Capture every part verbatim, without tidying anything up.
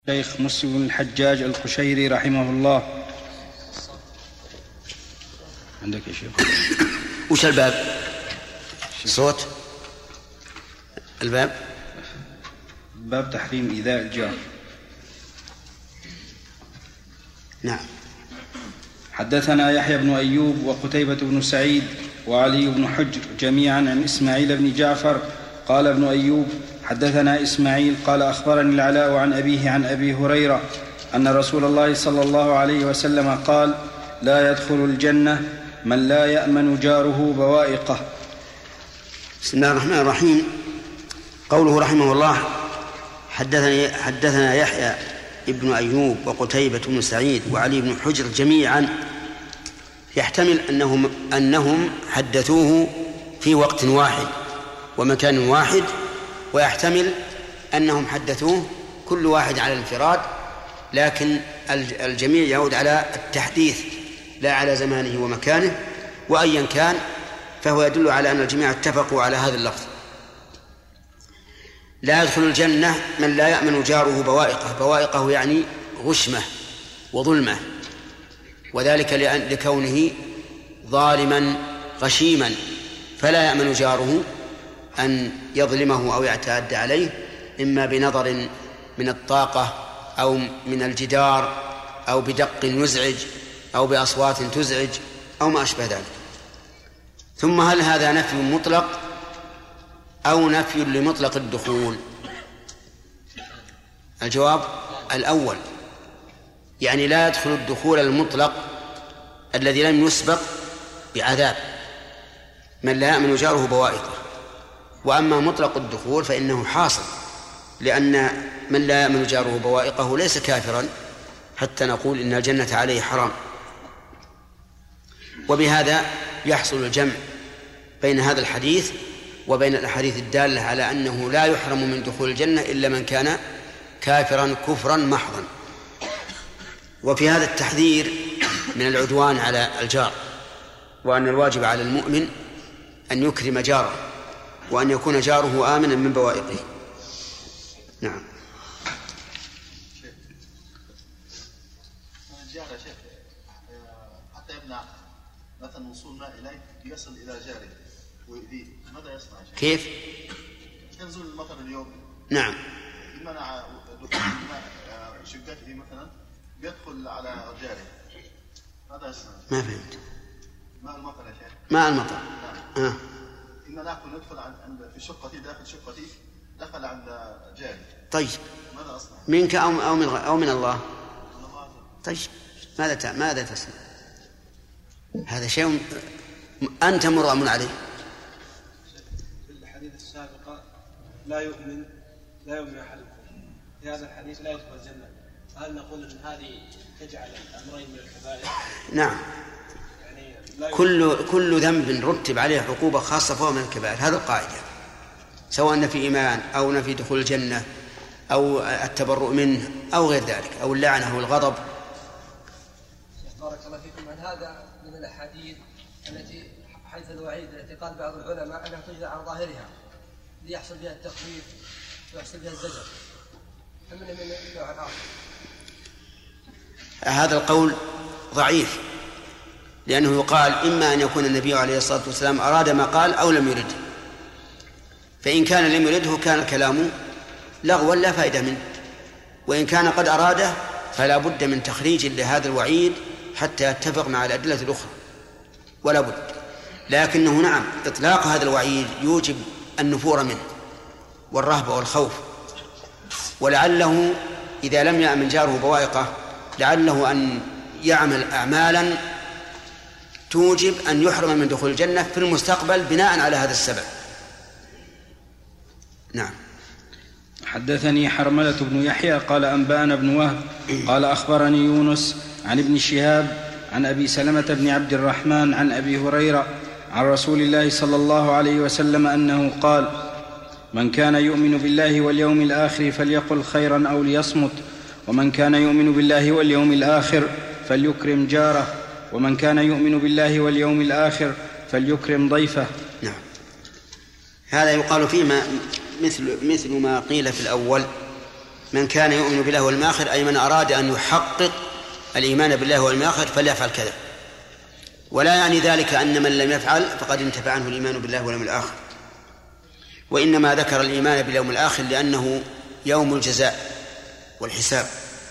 شيخ مسلم بن الحجاج القشيري رحمه الله. عندك يا شيخ؟ وش الباب؟ صوت الباب باب تحريم إيذاء الجار. نعم. حدثنا يحيى بن أيوب وقتيبة بن سعيد وعلي بن حجر جميعا عن إسماعيل بن جعفر قال ابن أيوب حدثنا إسماعيل قال أخبرني العلاء عن أبيه عن أبي هريرة أن رسول الله صلى الله عليه وسلم قال: لا يدخل الجنة من لا يأمن جاره بوائقه. بسم الله الرحمن الرحيم. قوله رحمه الله حدثني حدثنا يحيى ابن أيوب وقتيبة بن سعيد وعلي بن حجر جميعا، يحتمل أنهم, أنهم حدثوه في وقت واحد ومكان واحد، ويحتمل أنهم حدثوه كل واحد على الانفراد، لكن الجميع يعود على التحديث لا على زمانه ومكانه، وأيا كان فهو يدل على أن الجميع اتفقوا على هذا اللفظ. لا يدخل الجنة من لا يأمن جاره بوائقه. بوائقه يعني غشمة وظلمة، وذلك لكونه ظالما غشيما، فلا يأمن جاره أن يظلمه أو يعتاد عليه، إما بنظر من الطاقة أو من الجدار أو بدق يزعج أو بأصوات تزعج أو ما أشبه ذلك. ثم هل هذا نفي مطلق أو نفي لمطلق الدخول؟ الجواب الأول، يعني لا يدخل الدخول المطلق الذي لم يسبق بعذاب من لا يأمن جاره بوائقه. وأما مطلق الدخول فإنه حاصل، لأن من لا يأمن جاره بوائقه ليس كافرا حتى نقول إن الجنة عليه حرام. وبهذا يحصل الجمع بين هذا الحديث وبين الأحاديث الدالة على أنه لا يحرم من دخول الجنة إلا من كان كافرا كفرا محضا. وفي هذا التحذير من العدوان على الجار، وأن الواجب على المؤمن أن يكرم جاره وأن يكون جاره آمنا من بوائقه. نعم. جار شيخ حتى يمنع مثلا وصول ماء إليه يصل إلى جاره ويؤذيه، ماذا يصنع شيخ؟ كيف؟ ينزل المطر اليوم. نعم. منع دخول ماء شقته مثلا يدخل على جاره، ماذا يصنع؟ ما فهمت. ماء المطر يا شيخ. ماء المطر. نعم. آه. إن نأكل ندخل عند في شقتي داخل شقتي دخل عند جاري. طيب. ماذا أصنع؟ منك أو أو من أو من الله. طيب ماذا ت... ماذا تصنع؟ هذا شيء أنت مرغم عليه. في الحديث السابقة لا يؤمن لا يؤمن أحدكم، في هذا الحديث لا يدخل الجنة، هل نقول أن هذه تجعل الأمرين من الكبائر؟ نعم. كل كل ذنب رتب عليه عقوبة خاصة فهو من الكبائر، هذا القاعدة، سواء نفي إيمان أو نفي دخول الجنة أو التبرؤ منه أو غير ذلك أو اللعنة أو الغضب. بارك الله فيكم. عن هذا من الأحاديث التي حيث الوعيد التي قال بعض العلماء أنها تجرى على ظاهرها ليحصل بها التخفيف ويحصل بها الزجر، فمن من النوع الآخر. هذا القول ضعيف، لأنه يقال إما أن يكون النبي عليه الصلاة والسلام أراد ما قال أو لم يرده، فإن كان لم يرده كان الكلام لغوا لا فائدة منه، وإن كان قد أراده فلا بد من تخريج لهذا الوعيد حتى يتفق مع الأدلة الأخرى، ولا بد. لكنه نعم إطلاق هذا الوعيد يوجب النفور منه والرهبة والخوف، ولعله إذا لم يأمن جاره بوائقه لعله أن يعمل أعمالا توجب أن يحرم من دخول الجنة في المستقبل بناء على هذا السبب. نعم. حدثني حرملة بن يحيى قال أنبأنا بن وهب قال أخبرني يونس عن ابن شهاب عن أبي سلمة بن عبد الرحمن عن أبي هريرة عن رسول الله صلى الله عليه وسلم أنه قال: من كان يؤمن بالله واليوم الآخر فليقل خيرا أو ليصمت، ومن كان يؤمن بالله واليوم الآخر فليكرم جاره، ومن كان يؤمن بالله واليوم الآخر فليكرم ضيفه. نعم. هذا يقال فيه ما مثل مثل ما قيل في الأول من كان يؤمن بالله واليوم الآخر أي من أراد أن يحقق الإيمان بالله واليوم الآخر فليفعل كذا، ولا يعني ذلك أن من لم يفعل فقد انتفى عنه الإيمان بالله واليوم الآخر، وإنما ذكر الإيمان باليوم الآخر لأنه يوم الجزاء والحساب.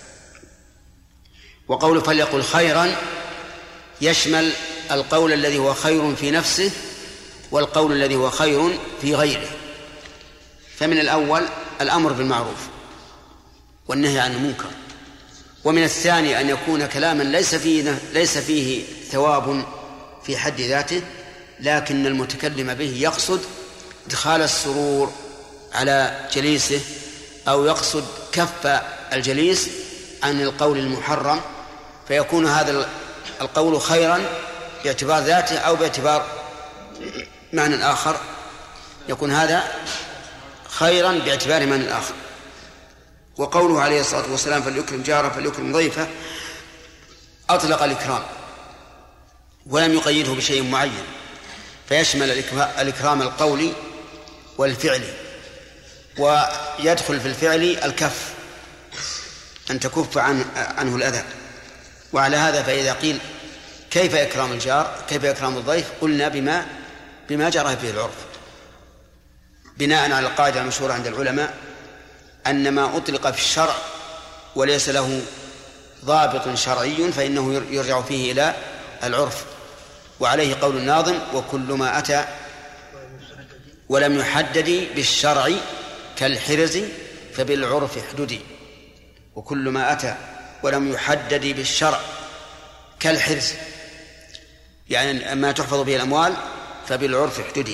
وقول فليقل خيرا يشمل القول الذي هو خير في نفسه والقول الذي هو خير في غيره. فمن الأول الأمر بالمعروف والنهي عن المنكر، ومن الثاني أن يكون كلاما ليس فيه ليس فيه ثواب في حد ذاته، لكن المتكلم به يقصد إدخال السرور على جليسه أو يقصد كف الجليس عن القول المحرم، فيكون هذا القول خيرا باعتبار ذاته أو باعتبار معنى آخر، يكون هذا خيرا باعتبار معنى آخر. وقوله عليه الصلاة والسلام فليكرم جاره فليكرم ضيفه أطلق الإكرام ولم يقيده بشيء معين، فيشمل الإكرام القولي والفعلي، ويدخل في الفعل الكف أن تكف عن عنه الأذى. وعلى هذا فإذا قيل كيف إكرام الجار كيف إكرام الضيف قلنا بما بما جرى فيه العرف، بناء على القاعدة المشهورة عند العلماء أن ما أطلق في الشرع وليس له ضابط شرعي فإنه يرجع فيه إلى العرف. وعليه قول الناظم وكل ما أتى ولم يحدد بالشرع كالحرز فبالعرف احددي. وكل ما أتى ولم يحدد بالشرع كالحرز يعني ما تحفظ به الأموال فبالعرف احددي.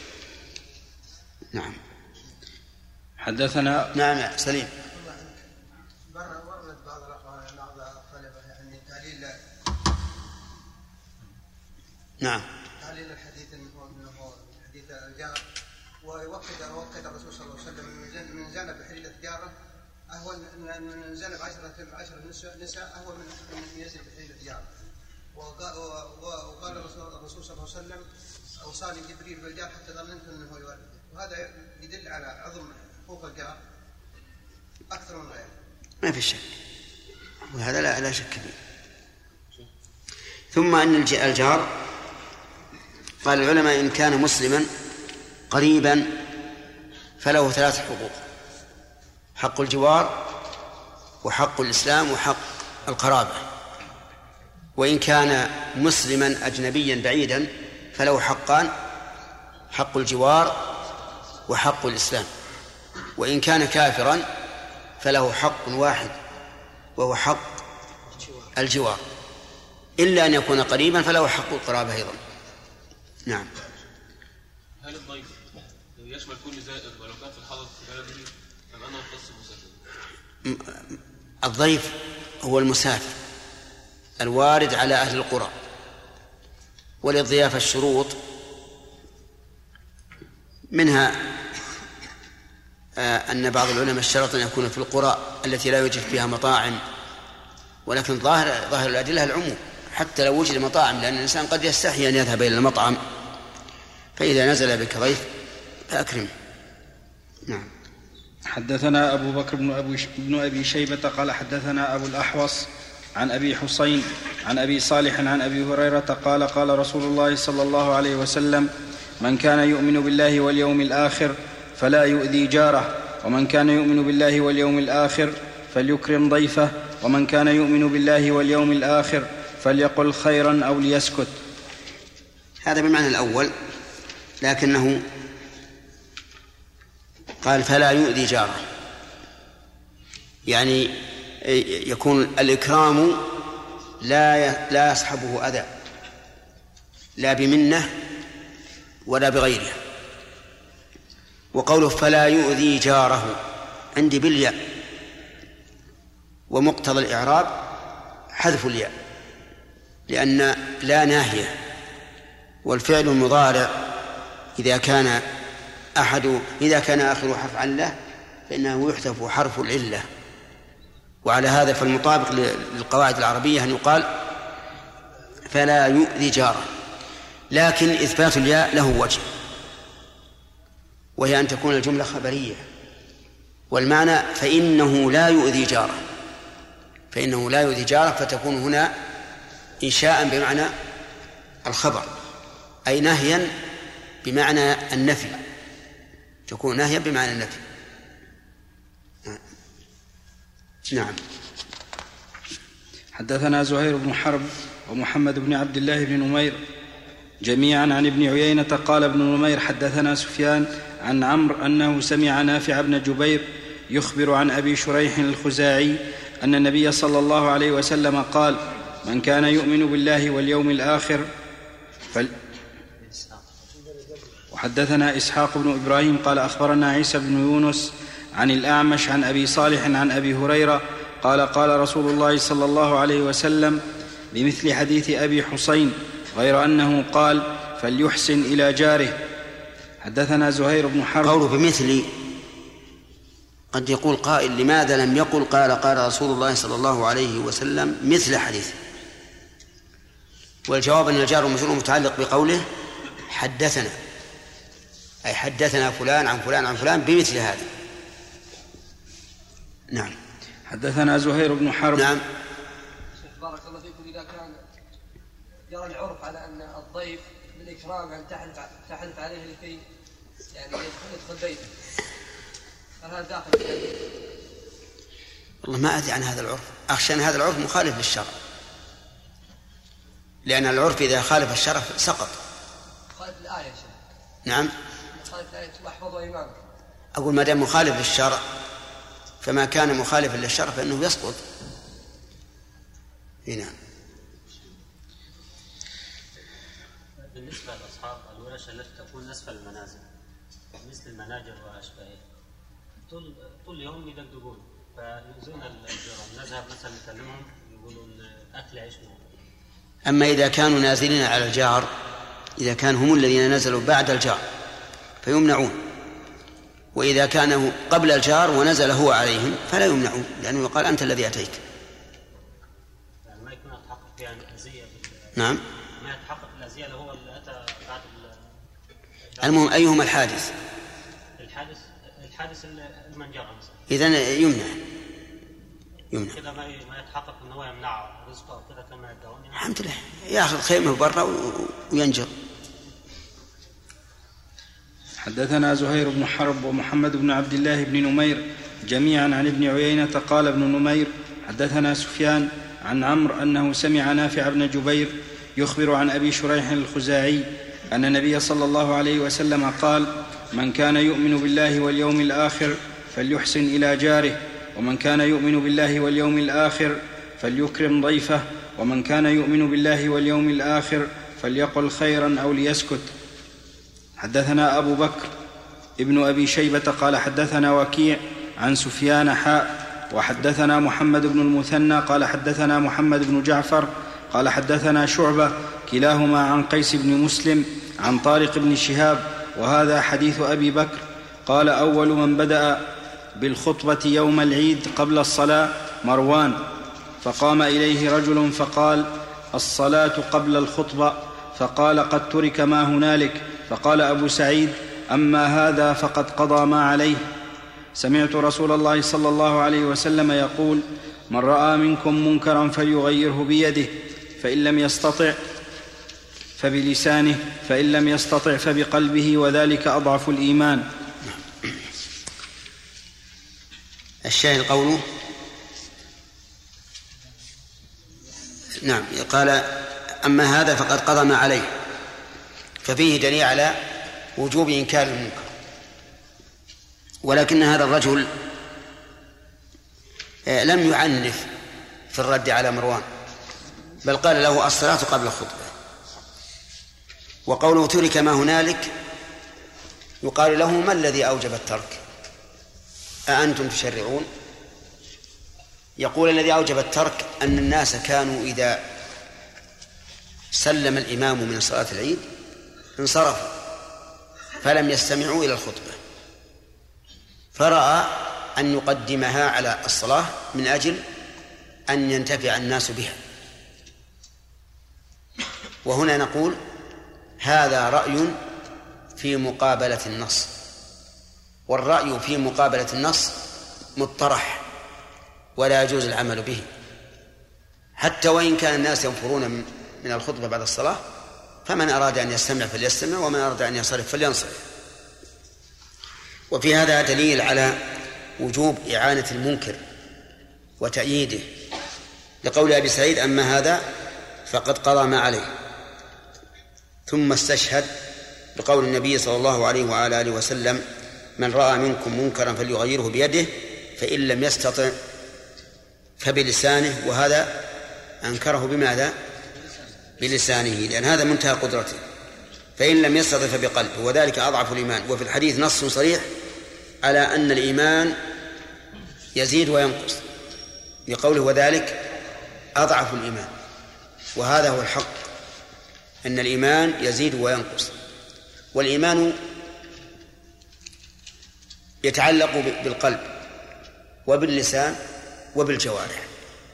نعم. حدثنا نعم سليم. ورد بعض الطلبة يعني تعليل نعم تعليل الحديث انه حديث الجار، ويوقد وقد الرسول صلى الله عليه وسلم من جانب حليلة جاره أهون من جانب عشرة عشر نساء أهون من يزن بحليلة جاره. وقال الرسول صلى الله عليه وسلم أوصاني جبريل بالجار حتى ظننت أنه يورث، وهذا يدل على عظم حقوق الجار أكثر من غيره. ما في شك، وهذا لا لا شك فيه. ثم أن الجار قال العلماء إن كان مسلما قريبا فله ثلاث حقوق: حق الجوار وحق الإسلام وحق القرابة. وإن كان مسلما أجنبيا بعيدا فله حقان: حق الجوار وحق الإسلام. وإن كان كافرا فله حق واحد وهو حق الجوار، إلا أن يكون قريبا فله حق القرابة أيضا. نعم. هل الضيف يشمل كل زائر ولو كان في الحضر في بلده أم أنه يختص المسافر؟ الضيف هو المسافر الوارد على أهل القرى، وللضيافة الشروط منها أن بعض العلماء اشترط أن يكون في القرى التي لا يوجد فيها مطاعم، ولكن ظاهر ظاهر الأدلة العموم حتى لو وجد مطاعم، لأن الإنسان قد يستحي أن يذهب إلى المطعم، فإذا نزل بك ضيف فأكرمه. نعم. حدثنا أبو بكر بن أبي, بن أبي شيبة قال حدثنا أبو الأحوص عن أبي حسين عن أبي صالح عن أبي هريرة قال قال رسول الله صلى الله عليه وسلم: من كان يؤمن بالله واليوم الآخر فلا يؤذي جاره، ومن كان يؤمن بالله واليوم الآخر فليكرم ضيفه، ومن كان يؤمن بالله واليوم الآخر فليقل خيرا أو ليسكت. هذا بمعنى الأول، لكنه قال فلا يؤذي جاره، يعني يكون الإكرام لا لا يصحبه أذى، لا بمنه ولا بغيره. وقوله فلا يؤذي جاره عندي بالياء، ومقتضى الإعراب حذف الياء لأن لا ناهية، والفعل المضارع إذا كان أحد إذا كان آخر حرف علة فإنه يحذف حرف العلة. وعلى هذا فالمطابق للقواعد العربية أن يقال فلا يؤذي جاره، لكن إثبات الياء له وجه، وهي أن تكون الجملة خبرية، والمعنى فإنه لا يؤذي جاره، فإنه لا يؤذي جاره، فتكون هنا إنشاء بمعنى الخبر، أي نهيا بمعنى النفي، تكون نهيا بمعنى النفي. نعم. حدثنا زهير بن حرب ومحمد بن عبد الله بن نمير جميعا عن ابن عيينة قال ابن نمير حدثنا سفيان عن عمرو أنه سمع نافع بن جبير يخبر عن أبي شريح الخزاعي أن النبي صلى الله عليه وسلم قال: من كان يؤمن بالله واليوم الآخر فل... وحدثنا إسحاق بن إبراهيم قال أخبرنا عيسى بن يونس عن الأعمش عن أبي صالح عن أبي هريرة قال: قال رسول الله صلى الله عليه وسلم بمثل حديث أبي حسين غير أنه قال: فليحسن إلى جاره. حدثنا زهير بن حرب. قوله بمثل قد يقول قائل: لماذا لم يقل قال قال رسول الله صلى الله عليه وسلم مثل حديث؟ والجواب أن الجار والمجرور متعلق بقوله حدثنا، أي حدثنا فلان عن فلان عن فلان بمثل هذا. نعم. حدثنا زهير بن حرب. نعم. بارك الله فيكم. إذا كان جرى العرف على أن الضيف بالإكرام أن تحلف تحلف عليه لكي يعني يدخل بيته، فهذا داخل في الحديث؟ والله ما أدري عن هذا العرف، أخشى أن هذا العرف مخالف للشرع، لأن العرف إذا خالف الشرع سقط. مخالف الآية شيء. نعم. مخالف الآية واحفظوا إمامك. أقول ما دام مخالف للشرع فما كان مخالفا للشرع فإنه يسقط. هنا. بالنسبة لأصحاب الورش التي تكون أسفل المنازل مثل المناجر وأشباهها، طول طول يوم يدقدقون فيؤذون الجيران، نذهب مثلا نكلمهم يقولون أكل عيش منهم. أما إذا كانوا نازلين على الجار، إذا كان هم الذين نزلوا بعد الجار فيمنعون، وإذا كانوا قبل الجار ونزل هو عليهم فلا يمنعون، لأنه يقال أنت الذي أتيت. يعني ما يكون يتحقق فيها الأذية. نعم. ما يتحقق الأذية اللي هو اللي أتى بعد. المهم أيهما الحادث؟ الحادث الحادث المنجرة مثلا. إذن يمنع. يمنع. كذا ما ما يتحقق إنه هو يمنع رزقه كذا كما يدعون. الحمد لله يأخذ خيمه برا وينجر. حدثنا زهير بن حرب ومحمد بن عبد الله بن نمير جميعا عن ابن عيينة قال ابن نمير حدثنا سفيان عن عمرو أنه سمع نافع بن جبير يخبر عن أبي شريح الخزاعي أن النبي صلى الله عليه وسلم قال: من كان يؤمن بالله واليوم الآخر فليحسن إلى جاره، ومن كان يؤمن بالله واليوم الآخر فليكرم ضيفه، ومن كان يؤمن بالله واليوم الآخر فليقل خيرا أو ليسكت. حدثنا أبو بكر ابن أبي شيبة قال حدثنا وكيع عن سفيان حاء وحدثنا محمد بن المثنى قال حدثنا محمد بن جعفر قال حدثنا شعبة كلاهما عن قيس بن مسلم عن طارق بن شهاب وهذا حديث أبي بكر. قال: أول من بدأ بالخطبة يوم العيد قبل الصلاة مروان، فقام إليه رجل فقال: الصلاة قبل الخطبة، فقال: قد ترك ما هنالك. فقال أبو سعيد: أما هذا فقد قضى ما عليه. سمعت رسول الله صلى الله عليه وسلم يقول: من رأى منكم منكرا فليغيره بيده، فإن لم يستطع فبلسانه، فإن لم يستطع فبقلبه، وذلك أضعف الإيمان. الشاهد قوله نعم قال: أما هذا فقد قضى ما عليه، ففيه دليل على وجوب إنكار المنكر. ولكن هذا الرجل لم يعنف في الرد على مروان، بل قال له: الصلاة قبل الخطبة. وقوله ترك ما هنالك يقال له: ما الذي أوجب الترك؟ أأنتم تشرعون؟ يقول: الذي أوجب الترك أن الناس كانوا إذا سلم الإمام من صلاة العيد انصرفوا فلم يستمعوا إلى الخطبة، فرأى أن يقدمها على الصلاة من أجل أن ينتفع الناس بها. وهنا نقول: هذا رأي في مقابلة النص، والرأي في مقابلة النص مطرح ولا يجوز العمل به، حتى وإن كان الناس ينفرون من الخطبة بعد الصلاة، فمن أراد أن يستمع فليستمع، ومن أراد أن ينصرف فلينصرف. وفي هذا دليل على وجوب إعانة المنكر وتأييده، لقول أبي سعيد: أما هذا فقد قضى ما عليه. ثم استشهد بقول النبي صلى الله عليه وعلى آله وسلم: من رأى منكم منكرا فليغيره بيده، فإن لم يستطع فبلسانه، وهذا أنكره بماذا؟ بلسانه، لأن هذا منتهى قدرته. فإن لم يستطع فبقلبه، وذلك أضعف الإيمان. وفي الحديث نص صريح على أن الإيمان يزيد وينقص، لقوله: وذلك أضعف الإيمان. وهذا هو الحق، أن الإيمان يزيد وينقص. والإيمان يتعلق بالقلب وباللسان وبالجوارح،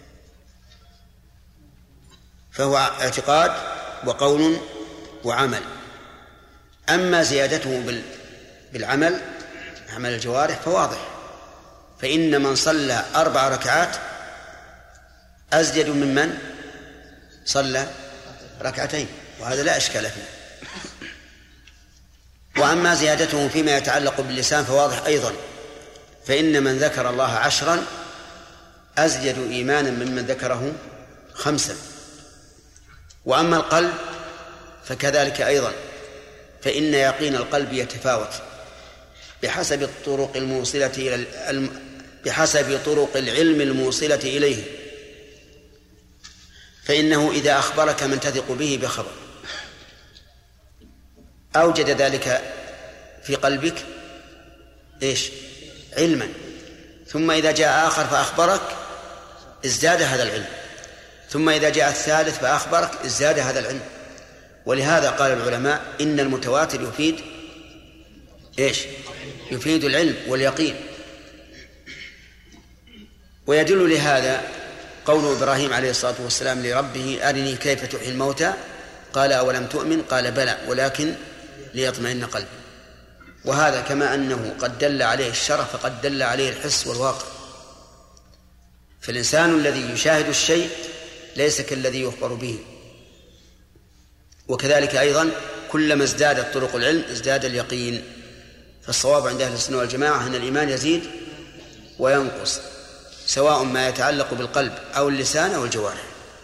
فهو اعتقاد وقول وعمل. أما زيادته بالعمل، عمل الجوارح، فواضح. فإن من صلى أربع ركعات أزيد ممن صلى ركعتين، وهذا لا إشكال فيه. وأما زيادته فيما يتعلق باللسان فواضح أيضا، فإن من ذكر الله عشرا أزيد إيمانا ممن ذكره خمسا. وأما القلب فكذلك أيضا، فإن يقين القلب يتفاوت بحسب الطرق الموصلة إلى بحسب طرق العلم الموصلة إليه. فإنه إذا أخبرك من تثق به بخبر أوجد ذلك في قلبك إيش؟ علما. ثم إذا جاء آخر فأخبرك ازداد هذا العلم، ثم إذا جاء الثالث فأخبرك ازداد هذا العلم. ولهذا قال العلماء: إن المتواتر يفيد إيش؟ يفيد العلم واليقين. ويدل لهذا قول إبراهيم عليه الصلاة والسلام لربه: أرني كيف تحيي الموتى، قال: أولم تؤمن؟ قال: بلى ولكن ليطمئن قلبي. وهذا كما أنه قد دل عليه الشرع فقد دل عليه الحس والواقع. فالإنسان الذي يشاهد الشيء ليس كالذي يخبر به. وكذلك أيضا كلما ازدادت طرق العلم ازداد اليقين. فالصواب عند أهل السنة والجماعة أن الإيمان يزيد وينقص، سواء ما يتعلق بالقلب أو اللسان أو الجوارح.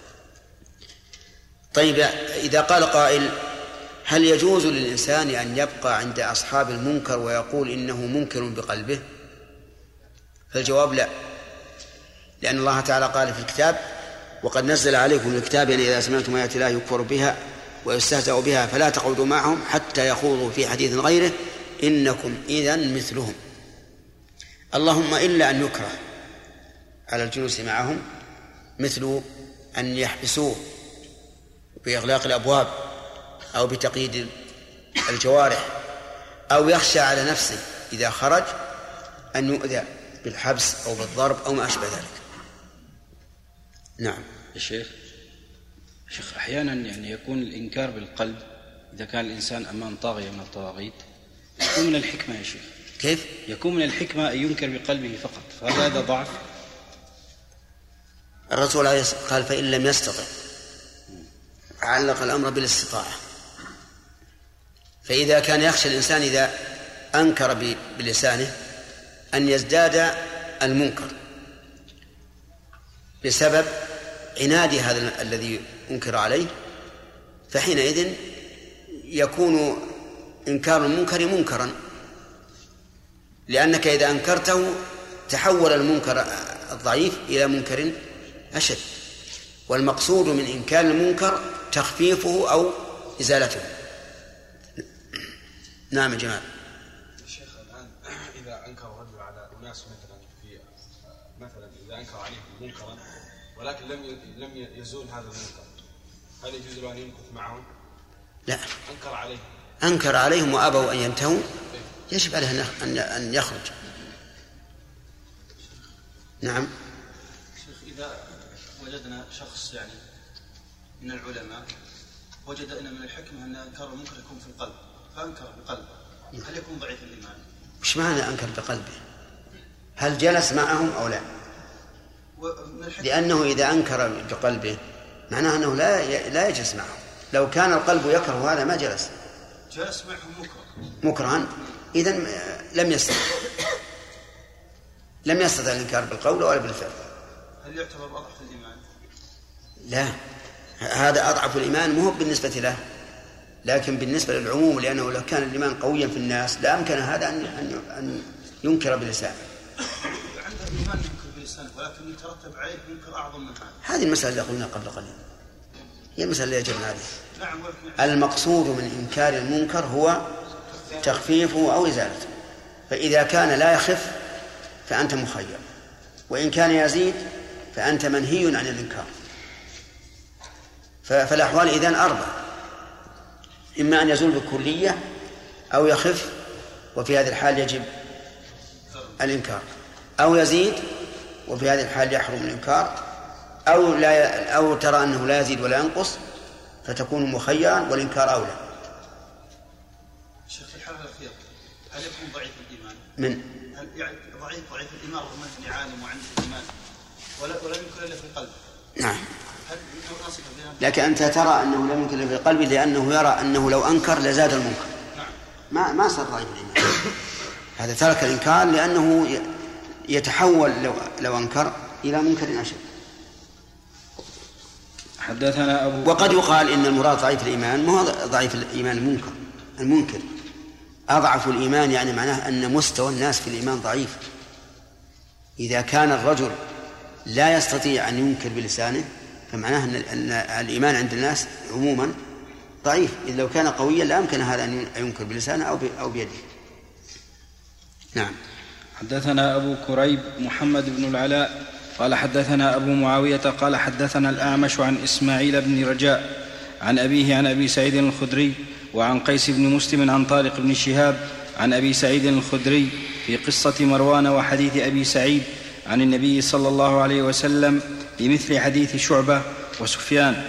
طيب، إذا قال قائل: هل يجوز للإنسان أن يبقى عند أصحاب المنكر ويقول إنه منكر بقلبه؟ فالجواب لا، لأن الله تعالى قال في الكتاب: وقد نزل عليكم الكتاب أن إذا سمعتم آيات الله يكفر بها ويستهزأ بها فلا تقعدوا معهم حتى يخوضوا في حديث غيره إنكم إذن مثلهم. اللهم إلا أن يكره على الجلوس معهم، مثل أن يحبسوه بإغلاق الأبواب أو بتقييد الجوارح، أو يخشى على نفسه إذا خرج أن يؤذى بالحبس أو بالضرب أو ما أشبه ذلك. نعم يا شيخ. شيخ أحيانا يعني يكون الإنكار بالقلب إذا كان الإنسان أمام طاغية من الطواغيت يكون من الحكمة. يا شيخ كيف؟ يكون من الحكمة أن ينكر بقلبه فقط، فهذا ضعف. الرسول عليه الصلاة والسلام قال: فإن لم يستطع، علق الأمر بالاستطاعة. فإذا كان يخشى الإنسان إذا أنكر بلسانه أن يزداد المنكر بسبب عناد هذا الذي أنكر عليه، فحينئذ يكون إنكار المنكر منكرا، لأنك إذا أنكرته تحول المنكر الضعيف إلى منكر أشد، والمقصود من إنكار المنكر تخفيفه أو إزالته. نعم يا جماعة. الشيخ الآن إذا أنكر رجل على أناس مثلا في مثلا إذا أنكر عليهم منكرا ولكن لم لم يزول هذا المنكر، هل يجوز له أن يمكث معهم؟ لا، أنكر عليهم أنكر عليهم وأبوا أن ينتهوا يجب عليه أن يخرج. نعم. شيخ، إذا وجدنا شخص يعني من العلماء وجد أن من الحكمة أن إنكار المنكر يكون في القلب، فأنكر بقلبه، هل يكون ضعيف الإيمان؟ وش معنى أنكر بقلبه؟ هل جلس معهم أو لا؟ لأنه إذا أنكر بقلبه معناه أنه لا لا يجلس معهم. لو كان القلب يكره هذا ما جلس. جلس معهم مكره مكرها إذن لم يستطع لم يستطع الإنكار بالقول ولا بالفعل. هل يعتبر أضعف الإيمان؟ لا، هذا أضعف الإيمان مو بالنسبة له لكن بالنسبة للعموم، لأنه لو كان الإيمان قويا في الناس لا أمكن هذا أن أن ينكر بلسانه. عنده الإيمان ينكر بلسانه ولكن يترتب عليه ينكر أعظم من هذا. هذه المسألة اللي قلنا قبل قليل هي المسألة اللي يجب عليها. نعم. المقصود من إنكار المنكر هو تخفيفه أو إزالته، فإذا كان لا يخف فأنت مخير، وإن كان يزيد فأنت منهي عن الإنكار. فالأحوال إذن أربع، إما أن يزول بالكلية أو يخف وفي هذه الحال يجب الإنكار، أو يزيد وفي هذه الحال يحرم الإنكار، أو, لا أو ترى أنه لا يزيد ولا ينقص فتكون مخيرا والإنكار أولى. شيخ الحالة الأخيرة هل يكون ضعيف الإيمان؟ من؟ هل يعني ضعيف ضعيف الإيمان رغم أنه عالم وعنده الإيمان ولا ولا يمكن إلا في القلب؟ نعم. لكن أنت ترى أنه لا يمكن إلا في القلب لأنه يرى أنه لو أنكر لزاد المنكر. نعم. ما ما صار ضعيف الإيمان. هذا ترك الإنكار لأنه يتحول لو لو أنكر إلى منكر أشد. حدثنا أبو وقد يقال إن المراد ضعيف الإيمان مو ضعيف الإيمان المنكر المنكر أضعف الإيمان، يعني معناه أن مستوى الناس في الإيمان ضعيف. إذا كان الرجل لا يستطيع أن ينكر بلسانه فمعناه أن الإيمان عند الناس عموما ضعيف. إذا لو كان قويا لا يمكن هذا أن ينكر بلسانه أو بيده. نعم. حدثنا أبو كريب محمد بن العلاء قال حدثنا أبو معاوية قال حدثنا الأعمش عن إسماعيل بن رجاء عن أبيه عن أبي سعيد الخدري وعن قيس بن مسلم عن طارق بن شهاب عن أبي سعيد الخدري في قصة مروان وحديث أبي سعيد عن النبي صلى الله عليه وسلم بمثل حديث شعبة وسفيان.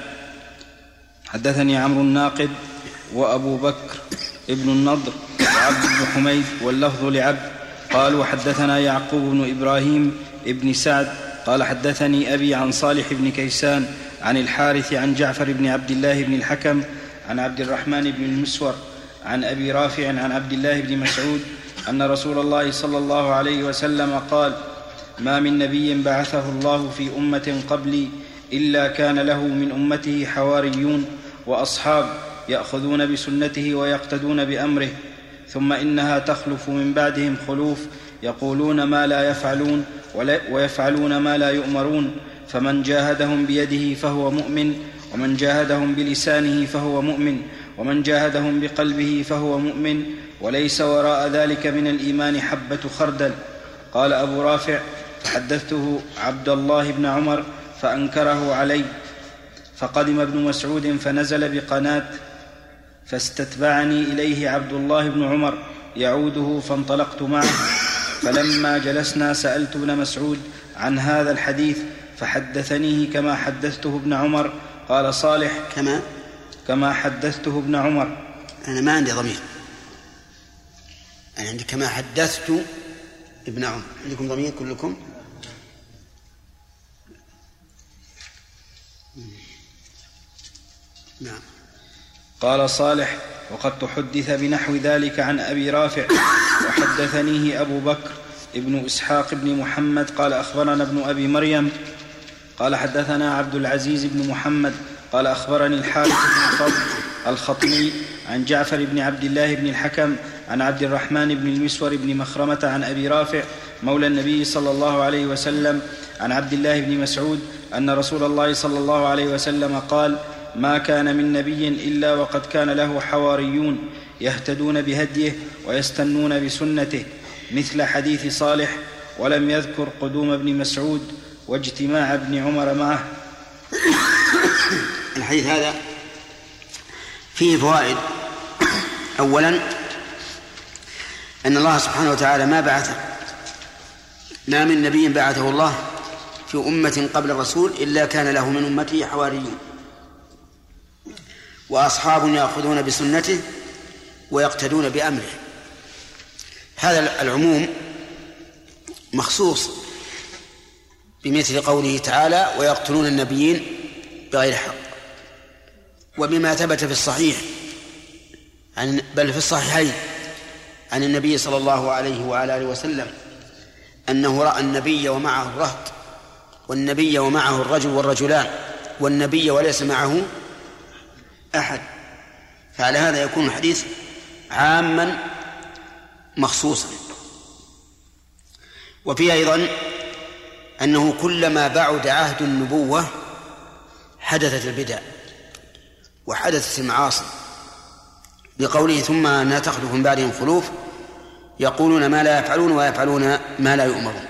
حدثني عمرو الناقد وأبو بكر ابن النضر وعبد بن حميد واللفظ لعبد قالوا حدثنا يعقوب بن إبراهيم ابن سعد قال حدثني أبي عن صالح بن كيسان عن الحارث عن جعفر بن عبد الله بن الحكم عن عبد الرحمن بن المسور عن أبي رافع عن عبد الله بن مسعود أن رسول الله صلى الله عليه وسلم قال ما من نبي بعثه الله في أمة قبلي إلا كان له من أمته حواريون وأصحاب يأخذون بسنته ويقتدون بأمره ثم إنها تخلف من بعدهم خلوف يقولون ما لا يفعلون ويفعلون ما لا يؤمرون فمن جاهدهم بيده فهو مؤمن ومن جاهدهم بلسانه فهو مؤمن ومن جاهدهم بقلبه فهو مؤمن وليس وراء ذلك من الإيمان حبة خردل. قال أبو رافع فحدثته عبد الله بن عمر فأنكره علي فقدم ابن مسعود فنزل بقناة فاستتبعني إليه عبد الله بن عمر يعوده فانطلقت معه فلما جلسنا سألت ابن مسعود عن هذا الحديث فحدثنيه كما حدثته ابن عمر. قال صالح كما كما حدثته ابن عمر. أنا ما عندي ضمير، أنا عندي كما حدثت ابن عمر. عندكم ضمير كلكم؟ نعم. قال صالح وقد تحدث بنحو ذلك عن أبي رافع وحدثنيه أبو بكر ابن إسحاق بن محمد قال أخبرنا ابن أبي مريم قال حدثنا عبد العزيز بن محمد قال أخبرني الحارث بن فضل الخطمي عن جعفر بن عبد الله بن الحكم عن عبد الرحمن بن المسور بن مخرمة عن أبي رافع مولى النبي صلى الله عليه وسلم عن عبد الله بن مسعود أن رسول الله صلى الله عليه وسلم قال ما كان من نبي إلا وقد كان له حواريون يهتدون بهديه ويستنون بسنته مثل حديث صالح ولم يذكر قدوم ابن مسعود واجتماع ابن عمر معه. الحديث هذا فيه فوائد. أولا أن الله سبحانه وتعالى ما بعث ما من نبي بعثه الله في أمة قبل الرسول إلا كان له من أمته حواريون وأصحاب يأخذون بسنته ويقتدون بأمره. هذا العموم مخصوص بمثل قوله تعالى ويقتلون النبيين بغير حق، وبما ثبت في الصحيح عن بل في الصحيحين عن النبي صلى الله عليه وعلى آله وسلم أنه رأى النبي ومعه الرهط، والنبي ومعه الرجل والرجلان، والنبي وليس معه أحد. فعلى هذا يكون الحديث عاما مخصوصا. وفيه أيضا أنه كلما بعد عهد النبوة حدثت البدع وحدثت المعاصي، بقوله ثم لا تخلف من بعدهم خلوف يقولون ما لا يفعلون ويفعلون ما لا يؤمرون.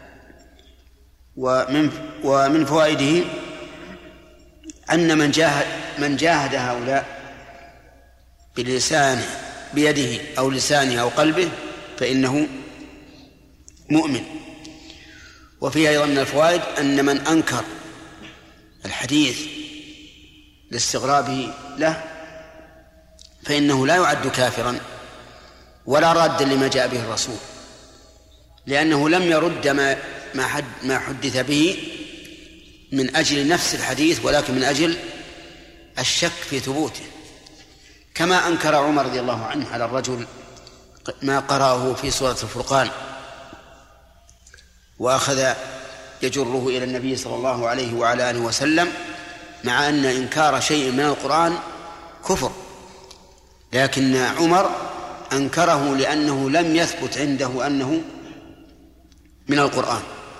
ومن ومن فوائده أن من جاهد من جاهد هؤلاء بلسانه بيده أو لسانه أو قلبه فإنه مؤمن. وفيه أيضا من الفوائد أن من أنكر الحديث لاستغرابه له فإنه لا يعد كافرا ولا رادا لما جاء به الرسول، لأنه لم يرد ما ما, حد ما حدث به من أجل نفس الحديث ولكن من أجل الشك في ثبوته، كما أنكر عمر رضي الله عنه على الرجل ما قرأه في سورة الفرقان وأخذ يجره إلى النبي صلى الله عليه وعلى آله وسلم، مع أن إنكار شيء من القرآن كفر، لكن عمر أنكره لأنه لم يثبت عنده أنه من القرآن.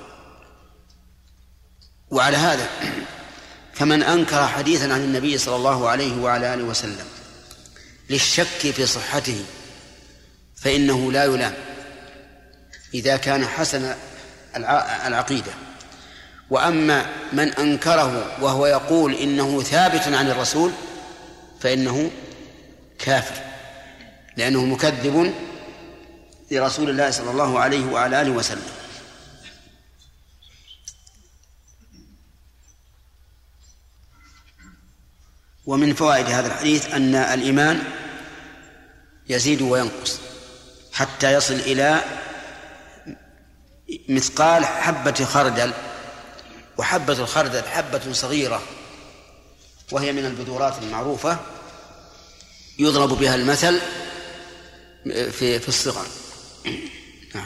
وعلى هذا فمن أنكر حديثا عن النبي صلى الله عليه وعلى آله وسلم للشك في صحته فإنه لا يلام إذا كان حسن العقيدة. وأما من أنكره وهو يقول إنه ثابت عن الرسول فإنه كافر، لأنه مكذب لرسول الله صلى الله عليه وعلى آله وسلم. ومن فوائد هذا الحديث أن الإيمان يزيد وينقص حتى يصل إلى مثقال حبة خردل، وحبة الخردل حبة صغيرة وهي من البذورات المعروفة يضرب بها المثل في في الصغر. نعم.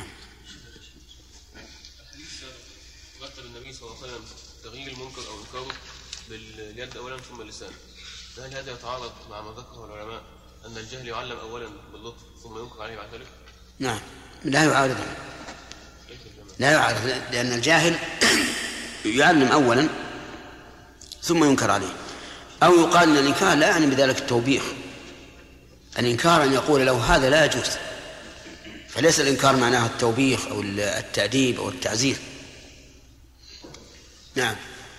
مثل النبي صلى الله عليه وسلم تغيير المنكر أو إنكاره باليد أولا ثم اللسان، فهل هذا يتعارض مع ما ذكره العلماء أن الجهل يعلم أولا باللطف ثم ينكر عليه بعد ذلك؟ نعم، لا يعارض لا يعارض لأن الجاهل يعلم أولا ثم ينكر عليه. أو يقال أن الإنكار لا يعني بذلك التوبيخ، الإنكار أن يقول له هذا لا يجوز، فليس الإنكار معناه التوبيخ أو التأديب أو التعزير. نعم.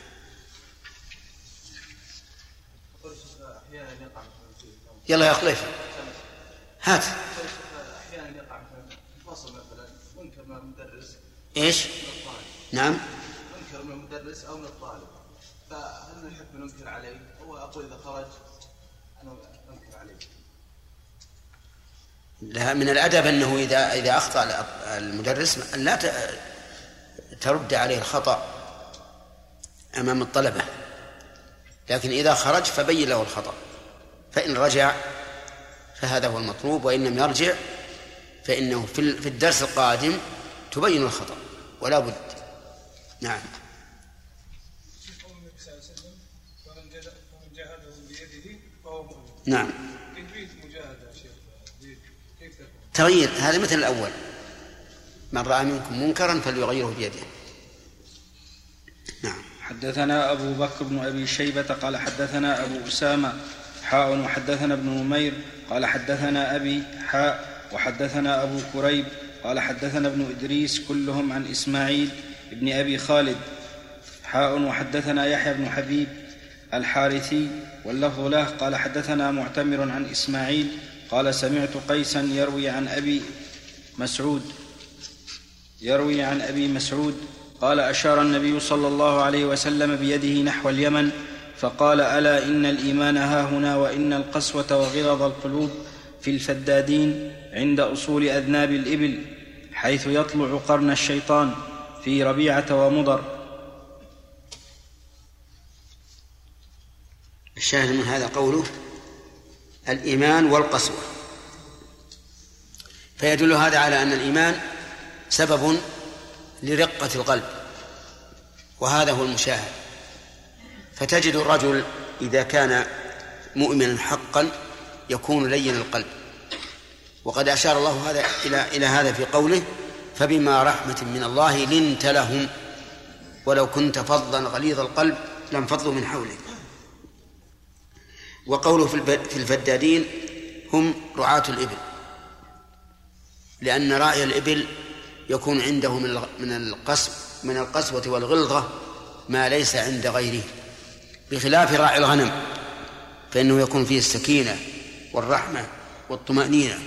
يلا يا خليفة هات. أحيانا يقع في الفصل مثلا منكر من المدرس. إيش؟ نعم. منكر من المدرس أو من الطالب، فهل نحب ننكر عليه؟ هو أقول إذا خرج أنا أنكر عليه. لا، من الأدب أنه إذا إذا أخطأ المدرس لا ترد عليه الخطأ أمام الطلبة، لكن إذا خرج فبين له الخطأ، فإن رجع فهذا هو المطلوب، وإن لم يرجع فإنه في الدرس القادم تبين الخطأ ولا بد. نعم. نعم. تغيير هذا مثل الأول، من رأى منكم منكرا فليغيره بيده. نعم. حدثنا أبو بكر بن أبي شيبة قال حدثنا أبو أسامة حاء وحدثنا ابن نمير قال حدثنا أبي حاء وحدثنا أبو كريب قال حدثنا ابن إدريس كلهم عن إسماعيل ابن أبي خالد حاء وحدثنا يحيى بن حبيب الحارثي واللفظ له قال حدثنا معتمر عن إسماعيل قال سمعت قيسا يروي عن أبي مسعود يروي عن أبي مسعود قال أشار النبي صلى الله عليه وسلم بيده نحو اليمن فقال ألا إن الإيمان هاهنا وإن القسوة وغلظ القلوب في الفدادين عند أصول أذناب الإبل حيث يطلع قرن الشيطان في ربيعة ومضر. الشاهد من هذا قوله الإيمان والقسوة، فيدل هذا على أن الإيمان سبب لرقة القلب، وهذا هو المشاهد. فتجد الرجل إذا كان مؤمنا حقا يكون لين القلب، وقد أشار الله هذا إلى إلى هذا في قوله فبما رحمة من الله لنت لهم ولو كنت فظا غليظ القلب لانفضوا من حولك. وقوله في الفدادين هم رعاة الإبل، لأن راعي الإبل يكون عنده من القسو من القسوة والغلظة ما ليس عند غيره، بخلاف راعي الغنم فإنه يكون فيه السكينة والرحمة والطمأنينة.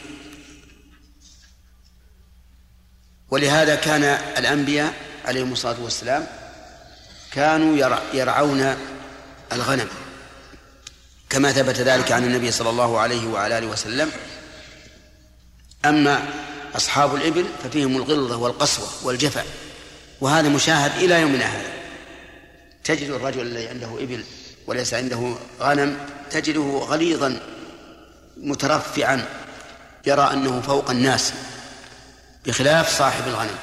ولهذا كان الأنبياء عليهم الصلاة والسلام كانوا يرعون الغنم، كما ثبت ذلك عن النبي صلى الله عليه وعلى آله وسلم. أما أصحاب الإبل ففيهم الغلظة والقسوة والجفا، وهذا مشاهد إلى يومنا هذا. تجد الرجل الذي عنده إبل وليس عنده غنم تجده غليظا مترفعا يرى أنه فوق الناس، بخلاف صاحب الغنم.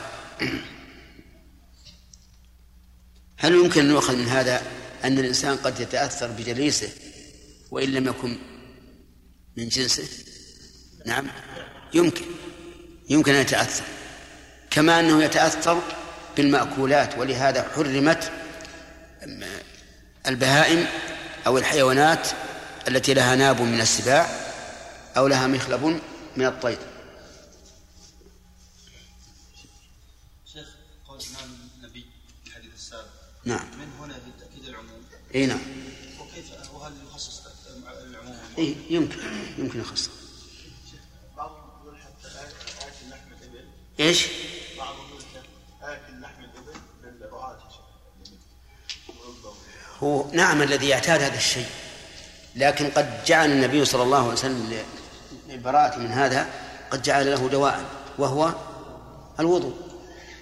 هل يمكن أن يؤخذ من هذا أن الإنسان قد يتأثر بجليسه وإن لم يكن من جنسه؟ نعم يمكن يمكن أن يتأثر، كما أنه يتأثر بالمأكولات، ولهذا حرمت البهائم أو الحيوانات التي لها ناب من السباع أو لها مخلب من الطير. شيخ قول إمام النبي في الحديث السابق نعم من هنا للتأكيد العموم. إيه نعم. وكيف وهل يخصص العموم؟ إيه يمكن يمكن يخصص. بعضهم يقول حتى آكل لحم الإبل. إيش؟ بعضهم يقول آكل لحم الإبل للرعاة. هو نعم الذي يعتاد هذا الشيء، لكن قد جعل النبي صلى الله عليه وسلم للبراءة من هذا قد جعل له دواء وهو الوضوء.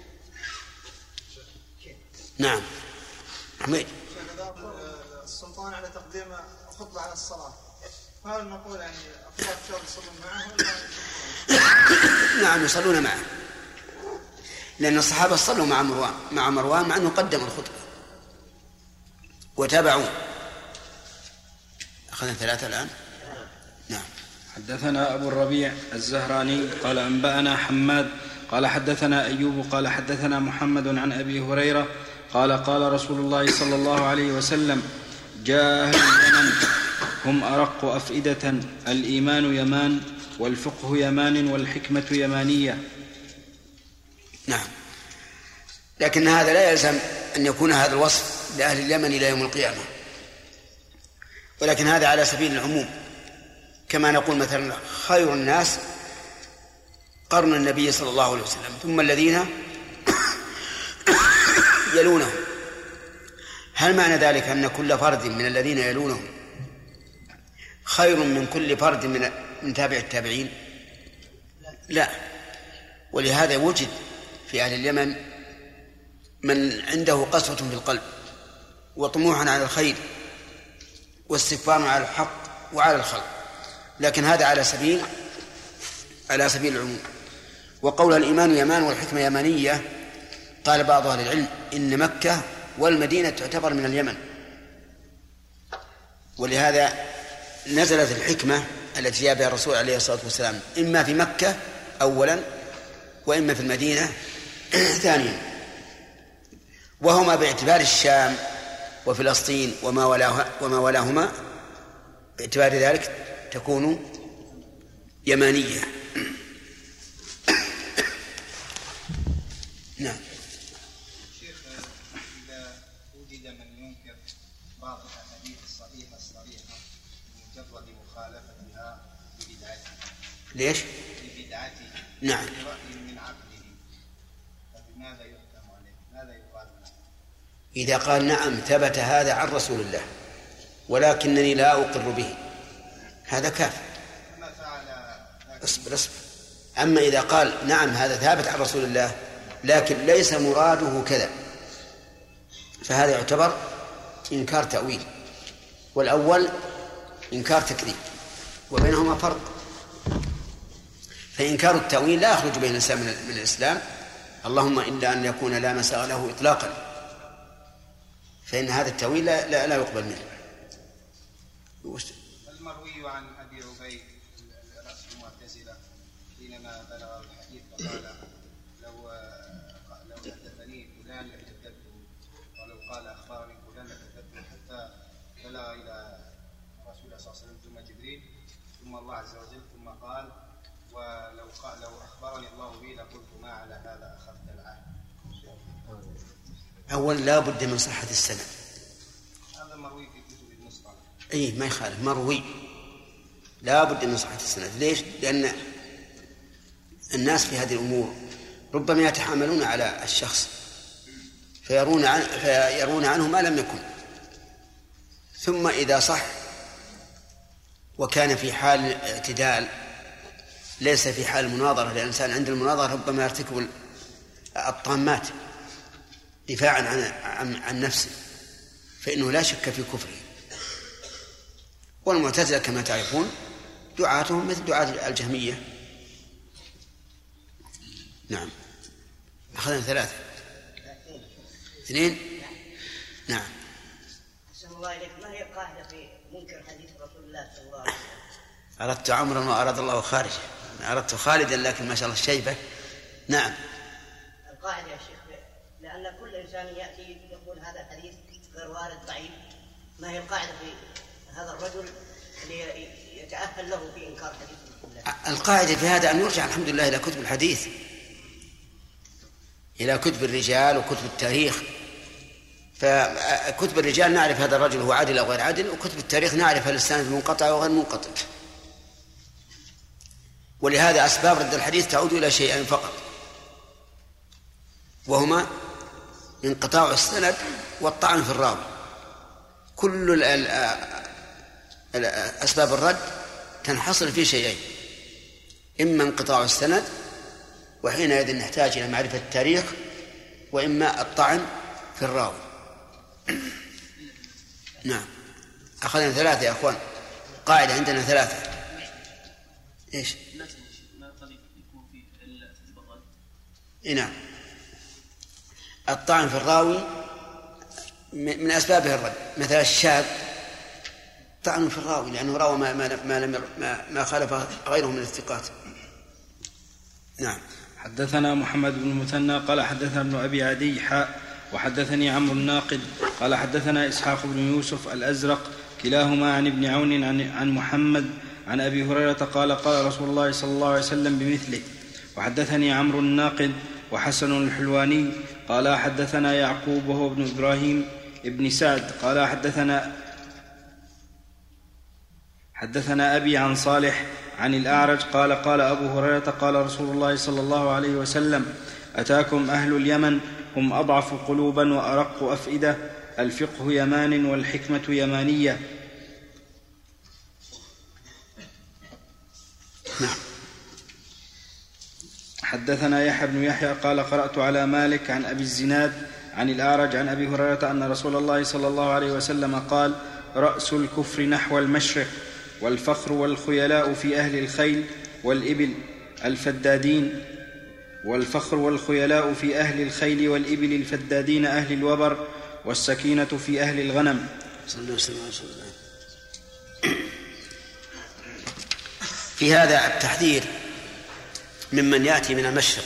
نعم حميد. السلطان على تقديم الخطبة على الصلاة، فهل نقول يعني أفراد شر يصلون معه ولا؟ نعم يصلون معه، لأن الصحابة صلوا مع مروان مع مروان مع أنه قدم الخطبة وتابعوا. أخذنا ثلاثة الآن. نعم. حدثنا أبو الربيع الزهراني قال أنبأنا حماد قال حدثنا أيوب قال حدثنا محمد عن أبي هريرة قال قال رسول الله صلى الله عليه وسلم جاء أهل اليمن هم أرق أفئدة، الإيمان يمان والفقه يمان والحكمة يمانية. نعم، لكن هذا لا يلزم أن يكون هذا الوصف لأهل اليمن إلى يوم القيامة، ولكن هذا على سبيل العموم، كما نقول مثلا خير الناس قرن النبي صلى الله عليه وسلم ثم الذين يلونهم. هل معنى ذلك أن كل فرد من الذين يلونهم خير من كل فرد من من تابع التابعين؟ لا، ولهذا وجد في أهل اليمن من عنده قسوة في القلب وطموحا على الخير واستكبار على الحق وعلى الخلق، لكن هذا على سبيل على سبيل العموم. وقول الإيمان يمان والحكمة يمانية قال بعض أهل العلم إن مكة والمدينة تعتبر من اليمن، ولهذا نزلت الحكمة التي جاء بها الرسول عليه الصلاة والسلام إما في مكة أولا وإما في المدينة ثانيا، وهما باعتبار الشام وفلسطين وما ولاها وما ولاهما باعتبار ذلك تكون يمانية. نعم. شيخ، إذا وجد من ينكر بعض الأحاديث الصحيحة الصريحة بمجرد مخالفتها لبدعته. ليش؟ لبدعته. نعم. برأي من عقله، فبماذا يحكم عليه؟ ماذا يقال له؟ إذا قال نعم ثبت هذا عن رسول الله ولكنني لا أقر به، هذا كافر. ما فعل اصبر اصبر أما إذا قال نعم هذا ثابت عن رسول الله لكن ليس مراده كذا فهذا يعتبر إنكار تأويل، والأول إنكار تكذيب وبينهما فرق. فإنكار التأويل لا يخرج بين الإنسان من الإسلام اللهم إلا أن يكون لا مساغ له إطلاقا، فإن هذا التأويل لا, لا, لا يقبل منه. المروي عن أبي عبيد رأس المعتزلة حينما بلغ الحديث فقال لو لو حدثني فلان لكذبته ولو قال أخبرني فلان لكذبته حتى بلغ إلى رسول الله صلى الله عليه وسلم ثم جبريل ثم الله عز وجل ثم قال ولو قال لو أخبرني الله به لقلت ما على هذا أخذت العهد. أولا لا بد من صحة السند. هذا مروي في كتب المصطلح. أي ما يخالف مروي لا بد من صحة السند. ليش؟ لأن الناس في هذه الأمور ربما يتحاملون على الشخص فيرون, عن فيرون عنه ما لم يكن، ثم إذا صح وكان في حال اعتدال ليس في حال المناظرة، لأن الإنسان عند المناظرة ربما يرتكب الطامات دفاعا عن, عن, عن نفسه فإنه لا شك في كفره. والمعتزلة كما تعرفون دعاتهم مثل دعاة الجهمية. نعم أخذنا ثلاثة اثنين. نعم. أحسن الله إليك، ما هي القاعدة في منكر حديث رسول الله صلى الله عليه وسلم؟ أردت عمرا وأراد الله خارجا، أردت خالدا لكن ما شاء الله الشيبة. نعم. القاعدة يا شيخ لأن كل إنسان يأتي يقول هذا الحديث غير وارد ضعيف، ما هي القاعدة في هذا الرجل اللي يتأهل له في إنكار حديث رسول الله؟ القاعدة في هذا أن يرجع الحمد لله إلى كتب الحديث، إلى كتب الرجال وكتب التاريخ. فكتب الرجال نعرف هذا الرجل هو عادل أو غير عادل، وكتب التاريخ نعرف هل السند منقطع أو غير منقطع. ولهذا أسباب رد الحديث تعود إلى شيئين فقط، وهما انقطاع السند والطعن في الراوي. كل أسباب الرد تنحصر في شيئين، إما انقطاع السند وحينئذ نحتاج إلى معرفة التاريخ، وإما الطعن في الراوي. نعم. أخذنا ثلاثة يا أخوان، قاعدة عندنا ثلاثة. إيش؟ إيه نعم. الطعن في الراوي من أسبابه الرد، مثلا الشاذ طعن في الراوي لأنه راوى ما ما ما لم ما, ما خالف غيره من الثقات. نعم. حدثنا محمد بن المثنى قال حدثنا ابن أبي عدي حاء وحدثني عمرو الناقد قال حدثنا إسحاق بن يوسف الأزرق كلاهما عن ابن عون عن, عن محمد عن أبي هريرة قال قال رسول الله صلى الله عليه وسلم بمثله. وحدثني عمرو الناقد وحسن الحلواني قال حدثنا يعقوب وهو ابن إبراهيم ابن سعد قال حدثنا حدثنا أبي عن صالح عن الأعرج قال قال أبو هريرة قال رسول الله صلى الله عليه وسلم أتاكم أهل اليمن هم أضعف قلوبا وأرق أفئدة، الفقه يمان والحكمة يمانية. نعم. حدثنا يحيى بن يحيى قال قرأت على مالك عن أبي الزناد عن الأعرج عن أبي هريرة أن رسول الله صلى الله عليه وسلم قال رأس الكفر نحو المشرق، والفخر والخيلاء في أهل الخيل والإبل الفدادين والفخر والخيلاء في أهل الخيل والإبل الفدادين أهل الوبر، والسكينة في أهل الغنم. صلى الله عليه وسلم. في هذا التحذير ممن يأتي من المشرق،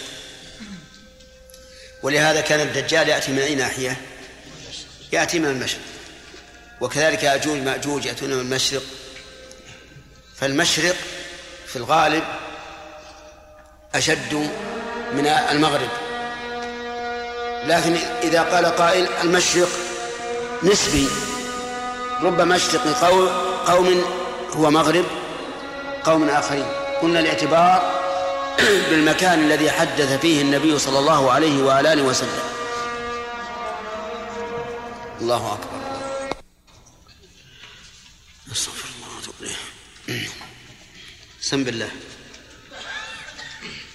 ولهذا كان الدجال يأتي من أي ناحية؟ يأتي من المشرق، وكذلك يأجوج مأجوج يأتون من المشرق. فالمشرق في الغالب أشد من المغرب، لكن إذا قال قائل المشرق نسبي، رب مشرق قوم هو مغرب قوم آخرين. قلنا الاعتبار بالمكان الذي حدث فيه النبي صلى الله عليه وآله وسلم. الله أكبر. استغفر الله واتوب إليه. سم بالله.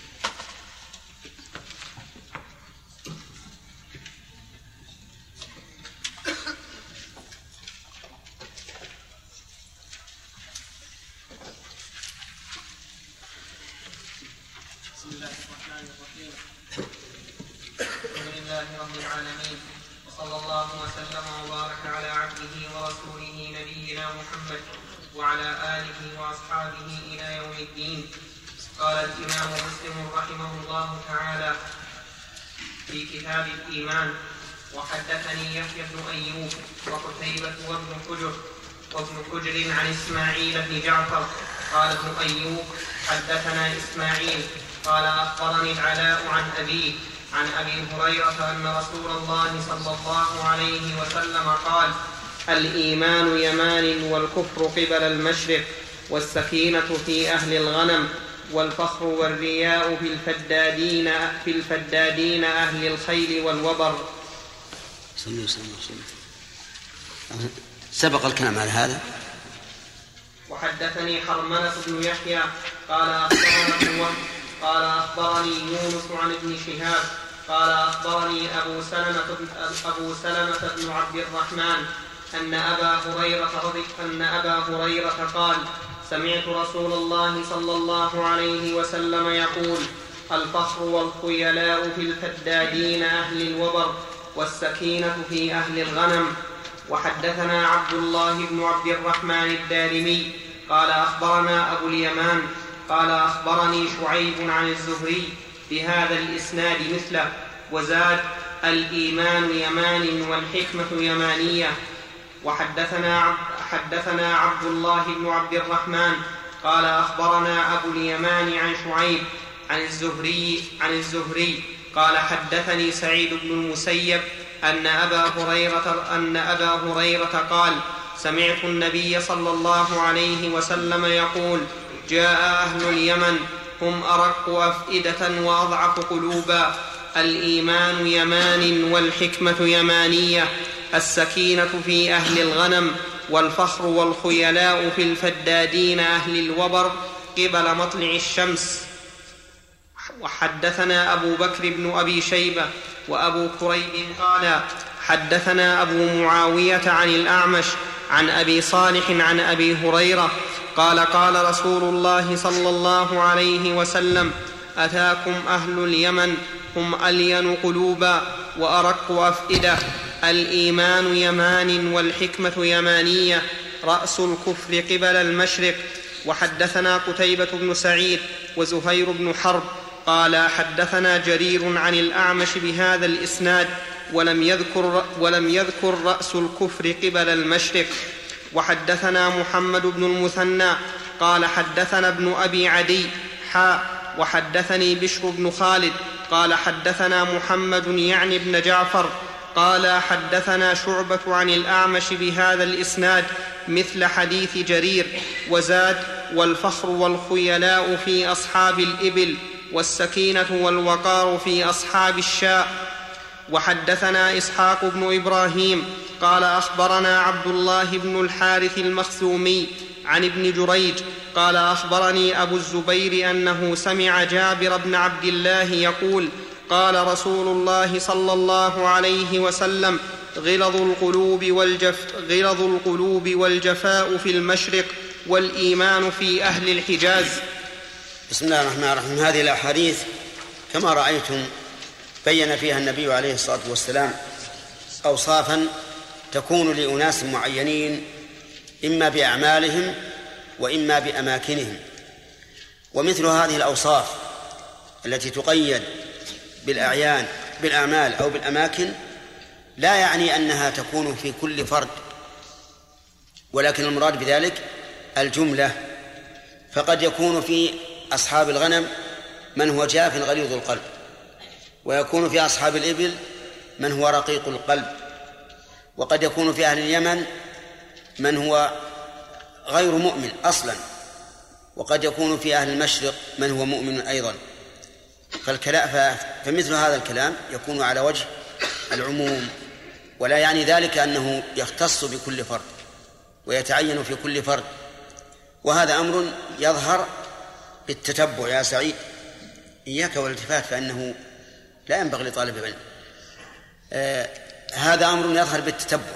الرحمن الرحيم. الحمد لله رب العالمين، وصلى الله وسلم وبارك على عبده ورسوله نبينا محمد وعلى آله وأصحابه إلى يوم الدين. قال الإمام مسلم رحمه الله تعالى في كتاب الإيمان: وحدثني يحيى بن أيوب وقتيبة وابن حجر وابن حجر عن إسماعيل بن جعفر قال ابن أيوب: حدثنا إسماعيل قال أخبرني العلاء عن أبيه عن أبي هريرة أن رسول الله صلى الله عليه وسلم قال: الإيمان يمان والكفر قبل المشرق، والسكينة في أهل الغنم، والفخر والرياء في الفدادين في الفدادين أهل الخيل والوبر. سبق الكلام على هذا. وحدثني حرملة بن يحيى قال أخبرني قال أخبرني يونس عن ابن شهاب قال أخبرني أبو سلمة أبو سلمة بن عبد الرحمن أن أبا هريرة أن أبا هريرة قال: سمعت رسول الله صلى الله عليه وسلم يقول: الفخر والخيلاء في الفدادين أهل الوبر، والسكينة في أهل الغنم. وحدثنا عبد الله بن عبد الرحمن الدارمي قال أخبرنا أبو اليمان قال أخبرني شعيب عن الزهري بهذا الإسناد مثله، وزاد: الإيمان يمان والحكمة يمانية. وحدثنا عبد حدثنا عبد الله بن عبد الرحمن قال أخبرنا أبو اليمان عن شعيب عن الزهري عن الزهري قال: حدثني سعيد بن المسيب أن أبا هريرة أن أبا هريرة قال: سمعت النبي صلى الله عليه وسلم يقول: جاء أهل اليمن هم أرق أفئدة وأضعف قلوبا، الإيمان يمان والحكمة يمانية، السكينة في أهل الغنم، والفخر والخيلاء في الفدادين أهل الوبر قبل مطلع الشمس. وحدثنا أبو بكر بن أبي شيبة وأبو كريب قال: حدثنا أبو معاوية عن الأعمش عن أبي صالح عن أبي هريرة قال: قال رسول الله صلى الله عليه وسلم: أتاكم أهل اليمن هم ألين قلوبا وأرق أفئدة، الإيمان يمان والحكمة يمانية، رأس الكفر قبل المشرق. وحدثنا قتيبة بن سعيد وزهير بن حرب قال: حدثنا جرير عن الأعمش بهذا الإسناد ولم يذكر, ولم يذكر رأس الكفر قبل المشرق. وحدثنا محمد بن المثنى قال: حدثنا ابن أبي عدي حاء وحدثني بشر بن خالد قال: حدثنا محمد يعني بن جعفر قال: حدثنا شعبة عن الأعمش بهذا الإسناد مثل حديث جرير، وزاد: والفخر والخيلاء في أصحاب الإبل، والسكينة والوقار في أصحاب الشاء. وحدثنا إسحاق بن إبراهيم قال: أخبرنا عبد الله بن الحارث المخزومي عن ابن جريج قال: أخبرني أبو الزبير أنه سمع جابر بن عبد الله يقول: قال رسول الله صلى الله عليه وسلم: غلظ القلوب, والجف غلظ القلوب والجفاء في المشرق، والإيمان في أهل الحجاز. بسم الله الرحمن الرحيم. هذه الأحاديث كما رأيتم بين فيها النبي عليه الصلاة والسلام أوصافا تكون لأناس معينين إما بأعمالهم وإما بأماكنهم. ومثل هذه الأوصاف التي تقيد بالأعيان بالأعمال أو بالأماكن لا يعني أنها تكون في كل فرد، ولكن المراد بذلك الجملة. فقد يكون في أصحاب الغنم من هو جاف غليظ القلب، ويكون في أصحاب الإبل من هو رقيق القلب، وقد يكون في أهل اليمن من هو غير مؤمن أصلا، وقد يكون في أهل المشرق من هو مؤمن أيضا. فالكلام فمثل هذا الكلام يكون على وجه العموم، ولا يعني ذلك أنه يختص بكل فرد ويتعين في كل فرد. وهذا أمر يظهر بالتتبع يا سعيد، إياك والالتفات فإنه لا ينبغي لطالب العلم. آه هذا أمر يظهر بالتتبع.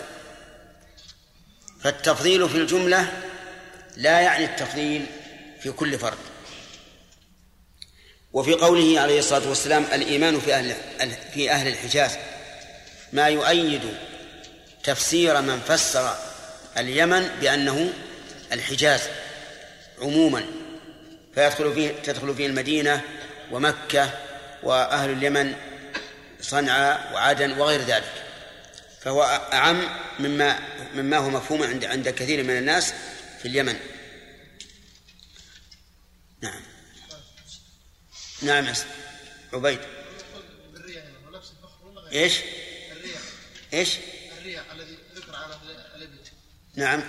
فالتفضيل في الجملة لا يعني التفضيل في كل فرد. وفي قوله عليه الصلاة والسلام الإيمان في أهل, في أهل الحجاز ما يؤيد تفسير من فسر اليمن بأنه الحجاز عموما، فيدخل فيه تدخل فيه المدينة ومكة وأهل اليمن صنعاء وعدن وغير ذلك، فهو أعم مما مما هو مفهوم عند عند كثير من الناس في اليمن. نعم نعم يا عبيد. ايش الرياء ايش الرياء الذي ذكر على الابل. نعم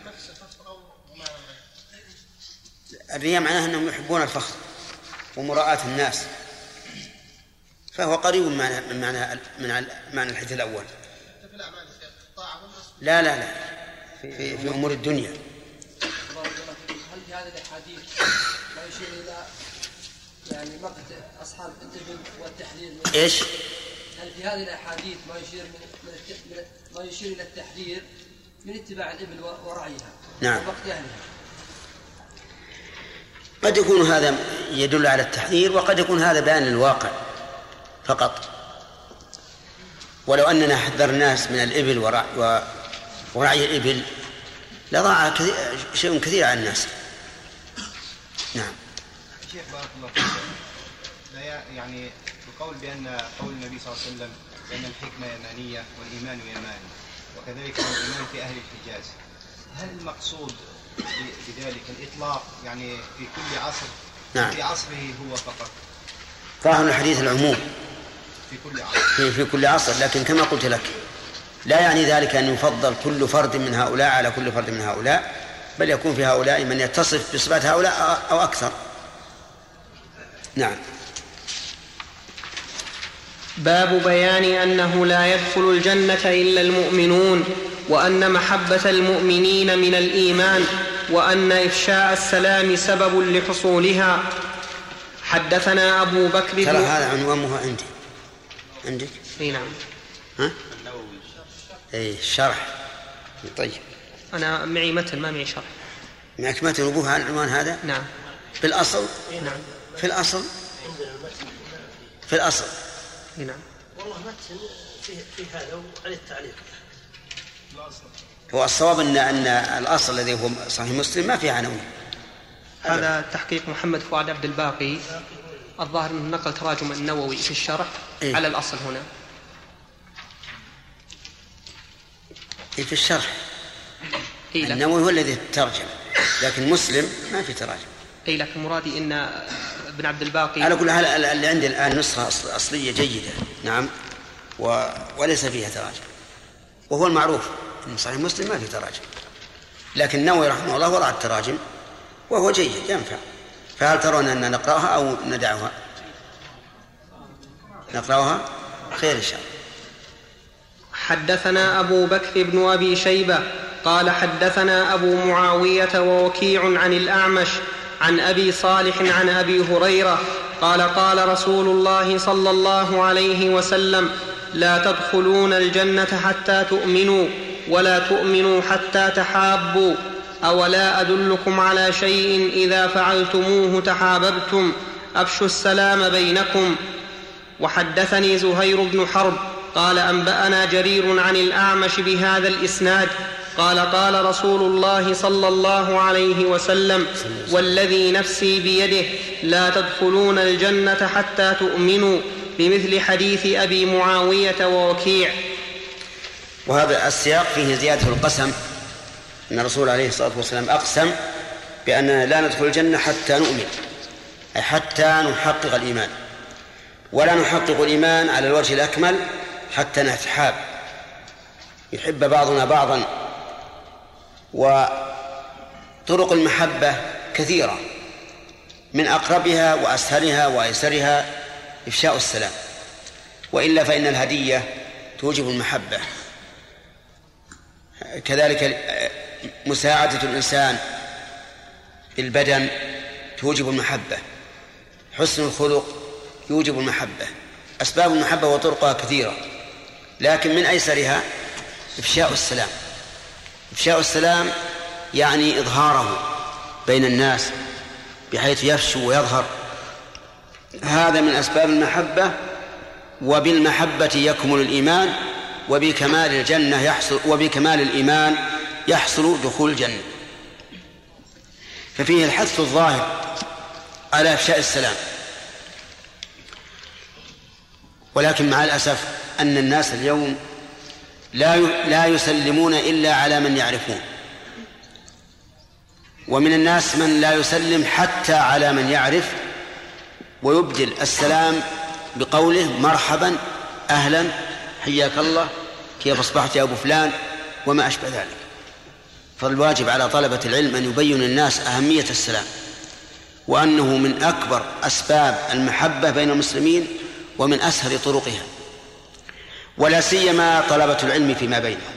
الرياء معناه أنهم يحبون الفخر ومراءة الناس، فهو قريب من معنى من معنى من معنى الحديث الأول. لا لا لا في, في أمور الدنيا. هل في هذه الأحاديث ما يشير إلى يعني مقت أصحاب الإبل والتحذير؟ إيش؟ هل في هذه الأحاديث ما يشير من, من ما يشير إلى التحذير من اتباع الإبل ورعيها؟ نعم. ووقت أهلها. قد يكون هذا يدل على التحذير، وقد يكون هذا بيان للواقع فقط. ولو أننا حذر الناس من الإبل ورعي, ورعي الإبل لضاع شيء كثير على الناس. نعم. شيخ بارك الله فيك، يعني القول بأن قول النبي صلى الله عليه وسلم بأن الحكمة يمانية والإيمان يماني، وكذلك الإيمان في أهل الحجاز، هل المقصود بذلك الإطلاق يعني في كل عصر؟ نعم. في عصره هو فقط؟ ظاهر الحديث العموم في كل عصر. في, في كل عصر، لكن كما قلت لك لا يعني ذلك أن يفضل كل فرد من هؤلاء على كل فرد من هؤلاء، بل يكون في هؤلاء من يتصف بصفات هؤلاء أو أكثر. نعم. باب بيان أنه لا يدخل الجنة إلا المؤمنون، وأن محبة المؤمنين من الإيمان، وأن إفشاء السلام سبب لحصولها. حدثنا أبو بكر ترى هذا عنوانه عندي عندك؟ اي نعم. ها؟ اي الشرح. طيب أنا معي متن ما معي شرح. معك متن وبوها على العنوان هذا؟ نعم. في الأصل؟ نعم. في الأصل؟ في الأصل. نعم. والله متن في هذا وعلى التعليق. هو الصواب أن أن الأصل الذي هو صحيح مسلم ما فيه عناوين. هذا تحقيق محمد فؤاد عبد الباقي، الظاهر أنه نقل تراجم النووي في الشرح إيه؟ على الأصل هنا إيه في الشرح إيه النووي هو الذي ترجم، لكن مسلم ما في تراجم. أي لكن مرادي أن ابن عبد الباقي على كل حال اللي عندي الآن نسخة أصلية جيدة. نعم. و... وليس فيها تراجم، وهو المعروف أن صحيح مسلم ما في تراجم، لكن النووي رحمه الله وضع التراجم وهو جيد ينفع. فهل ترون أن نقرأها أو ندعها؟ نقرأها خير إن شاء الله. حدثنا أبو بكر بن أبي شيبة قال حدثنا أبو معاوية ووكيع عن الأعمش عن أبي صالح عن أبي هريرة قال قال رسول الله صلى الله عليه وسلم: لا تدخلون الجنة حتى تؤمنوا، ولا تؤمنوا حتى تحابوا، أولا أدلكم على شيء إذا فعلتموه تحاببتم، أفشوا السلام بينكم. وحدثني زهير بن حرب قال أنبأنا جرير عن الأعمش بهذا الإسناد قال قال رسول الله صلى الله عليه وسلم: والذي نفسي بيده لا تدخلون الجنة حتى تؤمنوا، بمثل حديث أبي معاوية ووكيع. وهذا السياق فيه زيادة القسم، أن الرسول عليه الصلاة والسلام أقسم بأننا لا ندخل الجنة حتى نؤمن، أي حتى نحقق الإيمان، ولا نحقق الإيمان على الوجه الأكمل حتى نتحاب، يحب بعضنا بعضا. وطرق المحبة كثيرة، من أقربها وأسهلها وأيسرها إفشاء السلام، وإلا فإن الهدية توجب المحبة، كذلك مساعدة الإنسان بالبدن توجب المحبة، حسن الخلق يوجب المحبة. أسباب المحبة وطرقها كثيرة، لكن من أيسرها إفشاء السلام. إفشاء السلام يعني إظهاره بين الناس بحيث يفشو ويظهر، هذا من أسباب المحبة، وبالمحبة يكمل الإيمان، وبكمال الجنة يحصل وبكمال الإيمان يحصل دخول الجنة. ففيه الحث الظاهر على إفشاء السلام، ولكن مع الأسف أن الناس اليوم لا لا يسلمون إلا على من يعرفون، ومن الناس من لا يسلم حتى على من يعرف، ويبدل السلام بقوله مرحبا أهلا حياك الله كيف أصبحت يا أبو فلان وما أشبه ذلك. فالواجب على طلبة العلم أن يبين الناس أهمية السلام، وأنه من أكبر أسباب المحبة بين المسلمين ومن أسهل طرقها، ولا سيما طلبة العلم فيما بينهم،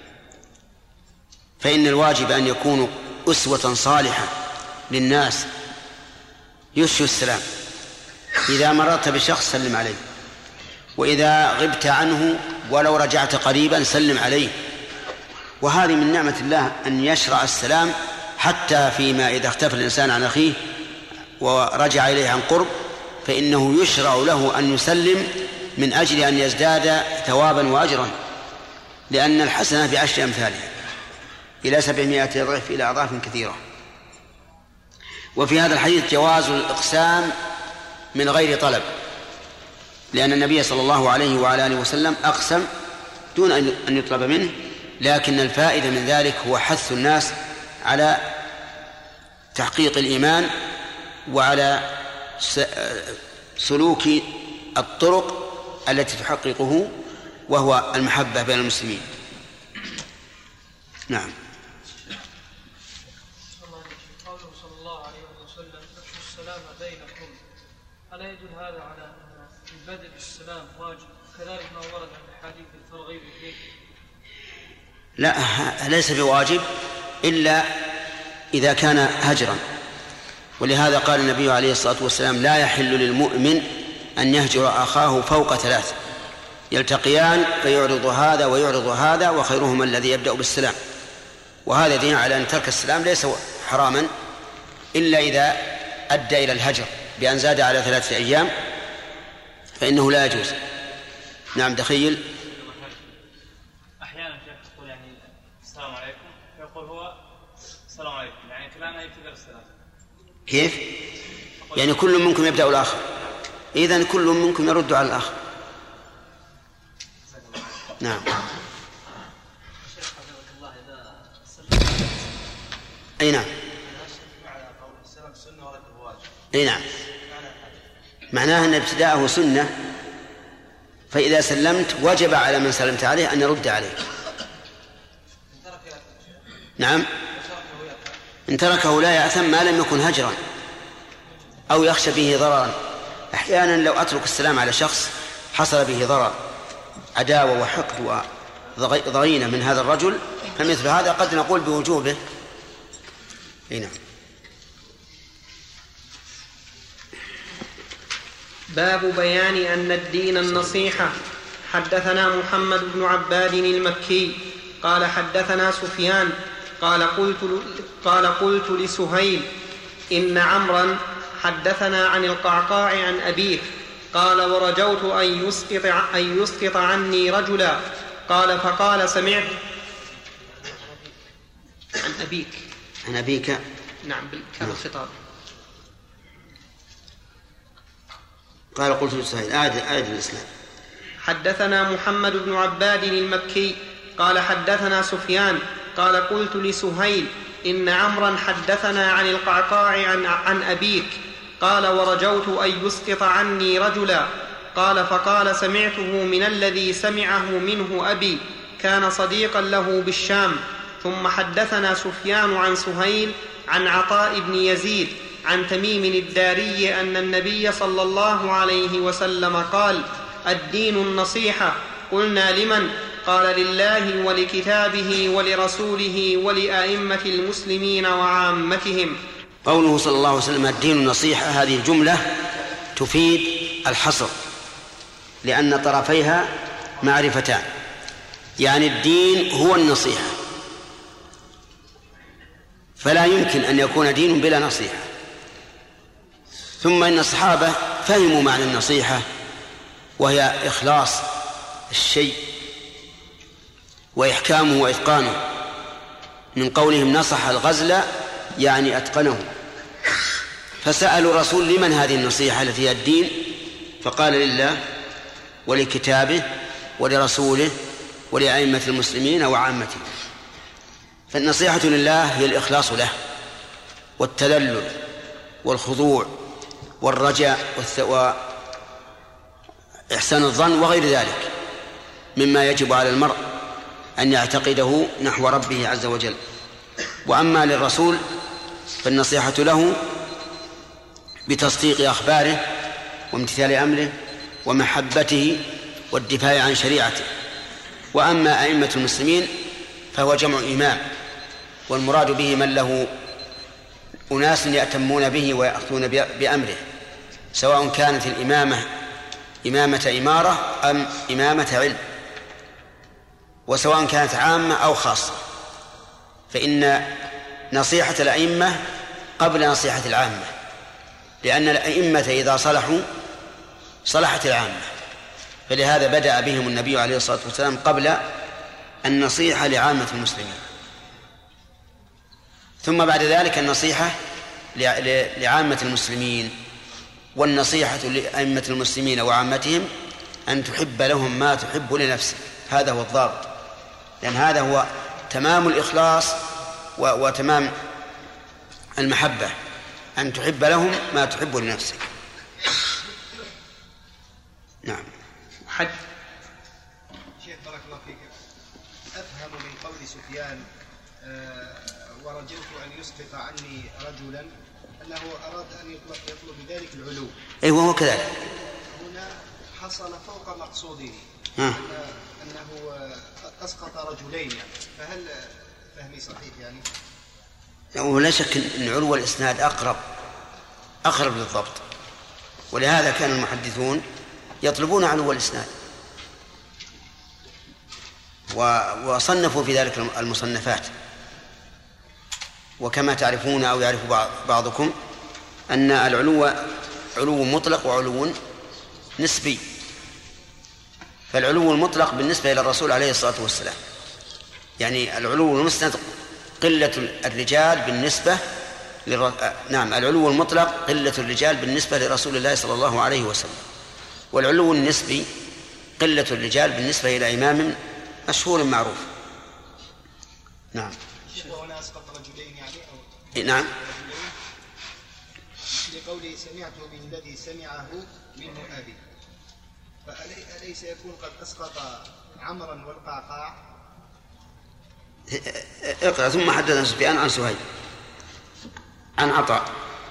فإن الواجب أن يكونوا أسوة صالحة للناس، يفشوا السلام. إذا مررت بشخص سلم عليه، وإذا غبت عنه ولو رجعت قريبا سلم عليه. وهذه من نعمة الله أن يشرع السلام حتى فيما إذا اختفى الإنسان عن أخيه ورجع إليه عن قرب، فإنه يشرع له أن يسلم من أجل أن يزداد ثوابا وأجرا، لأن الحسنة بعشر أمثالها إلى سبعمائة ضعف إلى أضعاف كثيرة. وفي هذا الحديث جواز الإقسام من غير طلب، لأن النبي صلى الله عليه وعلى آله وسلم أقسم دون أن يطلب منه، لكن الفائدة من ذلك هو حث الناس على تحقيق الإيمان وعلى سلوك الطرق التي تحققه، وهو المحبة بين المسلمين. نعم. قوله صلى الله عليه وسلم افشوا السلام بينكم، ألا يدل هذا على أن البدء بالسلام واجب كذلك ما ورد عن الحديث الترغيب فيه؟ لا، ليس بواجب إلا إذا كان هجرا، ولهذا قال النبي عليه الصلاة والسلام لا يحل للمؤمن أن يهجر أخاه فوق ثلاث، يلتقيان فيعرض هذا ويعرض هذا وخيرهما الذي يبدأ بالسلام. وهذا دين على أن ترك السلام ليس حراما إلا إذا أدى إلى الهجر بأن زاد على ثلاثة أيام فإنه لا يجوز. نعم. دخيل أحيانا شيخ يقول يعني السلام عليكم، يقول هو السلام عليكم، يعني كلامه يبتدأ بالسلام. كيف؟ يعني كل منكم يبدأ الآخر، إذن كل منكم يرد على الآخر. نعم. أي نعم. أي نعم. معناه أن ابتداءه سنة، فإذا سلمت وجب على من سلمت عليه أن يرد عليك. نعم. إن تركه لا يأثم ما لم يكن هجرا أو يخشى به ضررا. أحيانا لو أترك السلام على شخص حصل به ضرر، عداوة وحقد وضغينة من هذا الرجل، فمثل هذا قد نقول بوجوبه. هنا باب بيان أن الدين النصيحة. حدثنا محمد بن عباد المكي قال حدثنا سفيان قال قلت, قال قلت لسهيل إن عمرا حدثنا عن القعقاع عن أبيه قال ورجوت أن يسقط, أن يسقط عني رجلا قال فقال سمعت عن أبيك عن أبيك. نعم كان الخطاب. قال قلت لسهيل آية آية الإسلام. حدثنا محمد بن عباد المكي قال حدثنا سفيان قال قلت لسهيل إن عمرا حدثنا عن القعقاع عن, عن أبيك قال ورجوت أن يسقط عني رجلا قال فقال سمعته من الذي سمعه منه أبي كان صديقا له بالشام. ثم حدثنا سفيان عن سهيل عن عطاء بن يزيد عن تميم الداري أن النبي صلى الله عليه وسلم قال الدين النصيحة. قلنا لمن؟ قال لله ولكتابه ولرسوله ولأئمة المسلمين وعامتهم. قوله صلى الله عليه وسلم الدين النصيحة، هذه الجملة تفيد الحصر، لأن طرفيها معرفتان، يعني الدين هو النصيحة، فلا يمكن أن يكون دين بلا نصيحة. ثم إن الصحابة فهموا معنى النصيحة، وهي إخلاص الشيء وإحكامه وإتقانه، من قولهم نصح الغزل يعني أتقنه. فسألوا الرسول لمن هذه النصيحة التي هي الدين؟ فقال لله ولكتابه ولرسوله ولأئمة المسلمين وعامته. فالنصيحة لله هي الإخلاص له والتذلل والخضوع والرجاء وإحسان الظن وغير ذلك مما يجب على المرء أن يعتقده نحو ربه عز وجل. وأما للرسول فالنصيحة له بتصديق أخباره وامتثال أمره ومحبته والدفاع عن شريعته. وأما أئمة المسلمين فهو جمع إمام، والمراد به من له أناس يأتمون به ويأخذون بأمره، سواء كانت الإمامة إمامة إمارة أم إمامة علم، وسواء كانت عامة أو خاصة، فإن نصيحة الأئمة قبل نصيحة العامة، لأن الأئمة إذا صلحوا صلحت العامة، فلهذا بدأ بهم النبي عليه الصلاة والسلام قبل النصيحة لعامة المسلمين. ثم بعد ذلك النصيحة لعامة المسلمين، والنصيحة لأئمة المسلمين وعامتهم أن تحب لهم ما تحب لنفسك، هذا هو الضابط، لأن هذا هو تمام الإخلاص وتمام المحبة، أن تحب لهم ما تحب لنفسك. نعم. حد شيخ بارك الله فيك، أفهم من قول سفيان آه ورجوت أن يسقط عني رجلا أنه أراد أن يطلب, يطلب بذلك العلو. أي وهو كذلك. هنا حصل فوق مقصوده أن أنه أسقط رجلين، يعني فهل فهمي صحيح يعني؟ ولا شك أن علو الإسناد أقرب أقرب للضبط، ولهذا كان المحدثون يطلبون علو الإسناد وصنفوا في ذلك المصنفات. وكما تعرفون أو يعرف بعضكم أن العلو علو مطلق وعلو نسبي. فالعلو المطلق بالنسبة إلى الرسول عليه الصلاة والسلام، يعني العلو المسند قلة الرجال بالنسبة للر... نعم العلو المطلق قلة الرجال بالنسبة لرسول الله صلى الله عليه وسلم، والعلو النسبي قلة الرجال بالنسبة إلى إمام مشهور معروف. نعم. وهنا أسقط رجلين يعني أو... نعم. لقوله سمعت من الذي سمعه منه أبي، فأليس يكون قد أسقط عمرا والقعقاع؟ اقرأ. ثم حدثنا سفيان عن سهيل عن عطاء،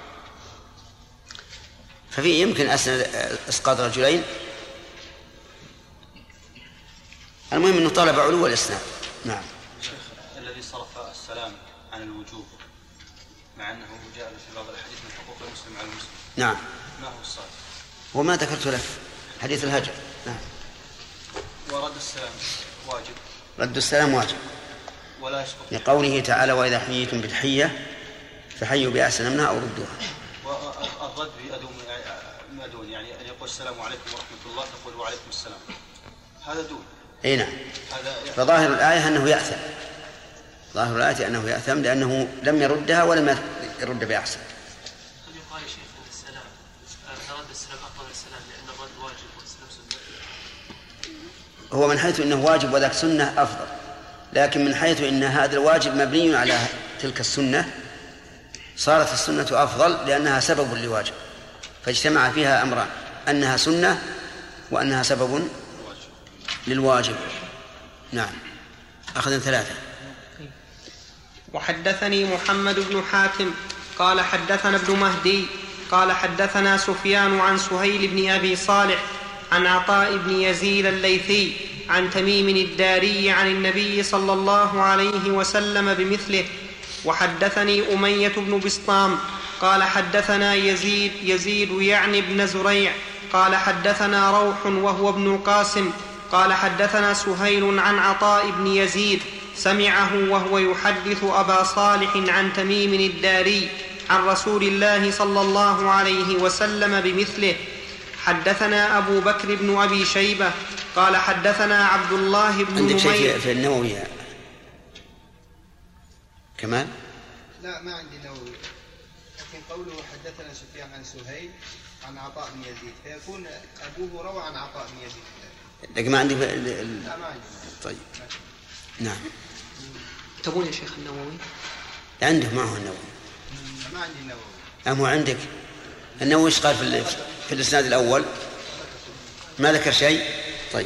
ففي يمكن أسند إسقاط رجلين. المهم أنه طلب علو الإسناد. نعم. الذي صرف السلام عن الوجوب مع أنه جاء في بعض الحديث من حقوق المسلم على المسلم. نعم. ما هو الصالح؟ وما ذكرت لك حديث الهجر. نعم. ورد السلام واجب. رد السلام واجب. ولا يسقط. لقوله تعالى وإذا حييتم بتحية فحيوا بأحسن منها أو ردوها. والرد بأدون أدون يعني أن يقول السلام عليكم ورحمة الله تقول وعليكم السلام، هذا دون. أي نعم. فظاهر الآية أنه يأثم، ظاهر الآية أنه يأثم لأنه لم يردها ولم يرد بأحسن. قد يقال يا شيخ أن السلام رد السلام أفضل السلام لأن الرد واجب والسلام سنة. هو من حيث أنه واجب وذاك سنة أفضل، لكن من حيث أن هذا الواجب مبني على تلك السنة صارت السنة أفضل لأنها سبب لواجب، فاجتمع فيها أمران، أنها سنة وأنها سبب للواجب. نعم. أخذنا ثلاثة. وحدثني محمد بن حاتم قال حدثنا ابن مهدي قال حدثنا سفيان عن سهيل بن أبي صالح عن عطاء بن يزيد الليثي عن تميم الداري عن النبي صلى الله عليه وسلم بمثله. وحدثني أمية بن بسطام قال حدثنا يزيد يزيد يعني ابن زريع قال حدثنا روح وهو ابن قاسم قال حدثنا سهيل عن عطاء بن يزيد سمعه وهو يحدث أبا صالح عن تميم الداري عن رسول الله صلى الله عليه وسلم بمثله حدثنا أبو بكر بن أبي شيبة قال حدثنا عبد الله بن عندك نمير. شيء في النووي كمان؟ لا ما عندي نووي، لكن قوله حدثنا سفيان عن سهيل عن عطاء بن يزيد فيكون أبوه روى عن عطاء بن يزيد. لكن ما عندي ب... ال... لا ما عندي. طيب نعم. تبون يا شيخ النووي؟ عنده معه النووي. ما عندي النووي. أم هو عندك النووي؟ إيش قال في, ال... في الإسناد الأول؟ ما ذكر شيء. طيب.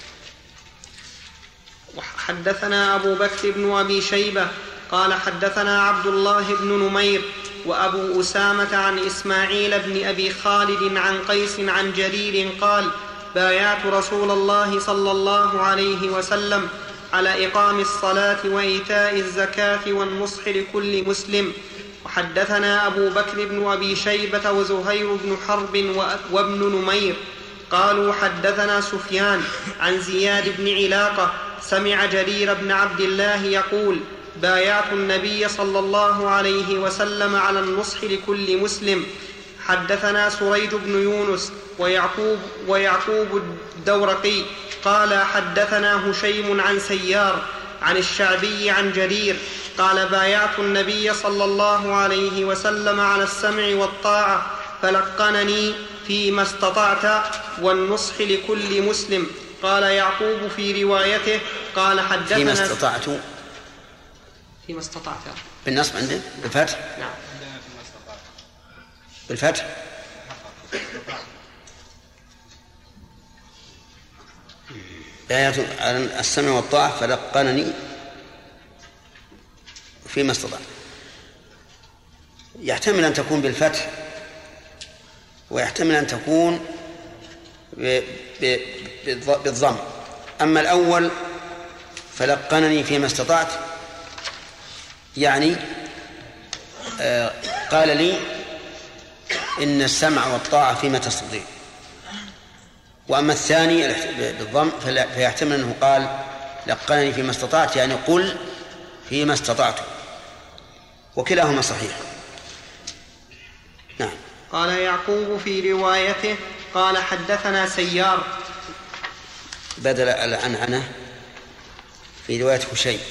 حدثنا أبو بكر بن أبي شيبة قال حدثنا عبد الله بن نمير وأبو أسامة عن إسماعيل بن أبي خالد عن قيس عن جرير قال بايعت رسول الله صلى الله عليه وسلم على إقام الصلاة وإيتاء الزكاة والنصح لكل مسلم. وحدثنا أبو بكر بن أبي شيبة وزهير بن حرب وابن نمير قالوا حدثنا سفيان عن زياد بن علاقة سمع جرير بن عبد الله يقول بايعت النبي صلى الله عليه وسلم على النصح لكل مسلم. حدثنا سريج بن يونس ويعقوب, ويعقوب الدورقي قال حدثنا هشيم عن سيار عن الشعبي عن جرير قال بايعت النبي صلى الله عليه وسلم على السمع والطاعة فلقنني فيما استطعت والنصح لكل مسلم. قال يعقوب في روايته قال حدثنا فيما استطعت فيما استطعت بالنصب عنده بالفتح. نعم بالفتح. آيات السمع والطاعة فلقنني فيما استطعت. يحتمل أن تكون بالفتح ويحتمل أن تكون بالضم. أما الأول فلقنني فيما استطعت يعني آه قال لي إن السمع والطاعة فيما تستطيع. وأما الثاني بالضم فيحتمل أنه قال لقنني فيما استطعت يعني قل فيما استطعت، وكلاهما صحيح. نعم. قال يعقوب في روايته قال حدثنا سيار بدل العنعنة في رواية هشيم.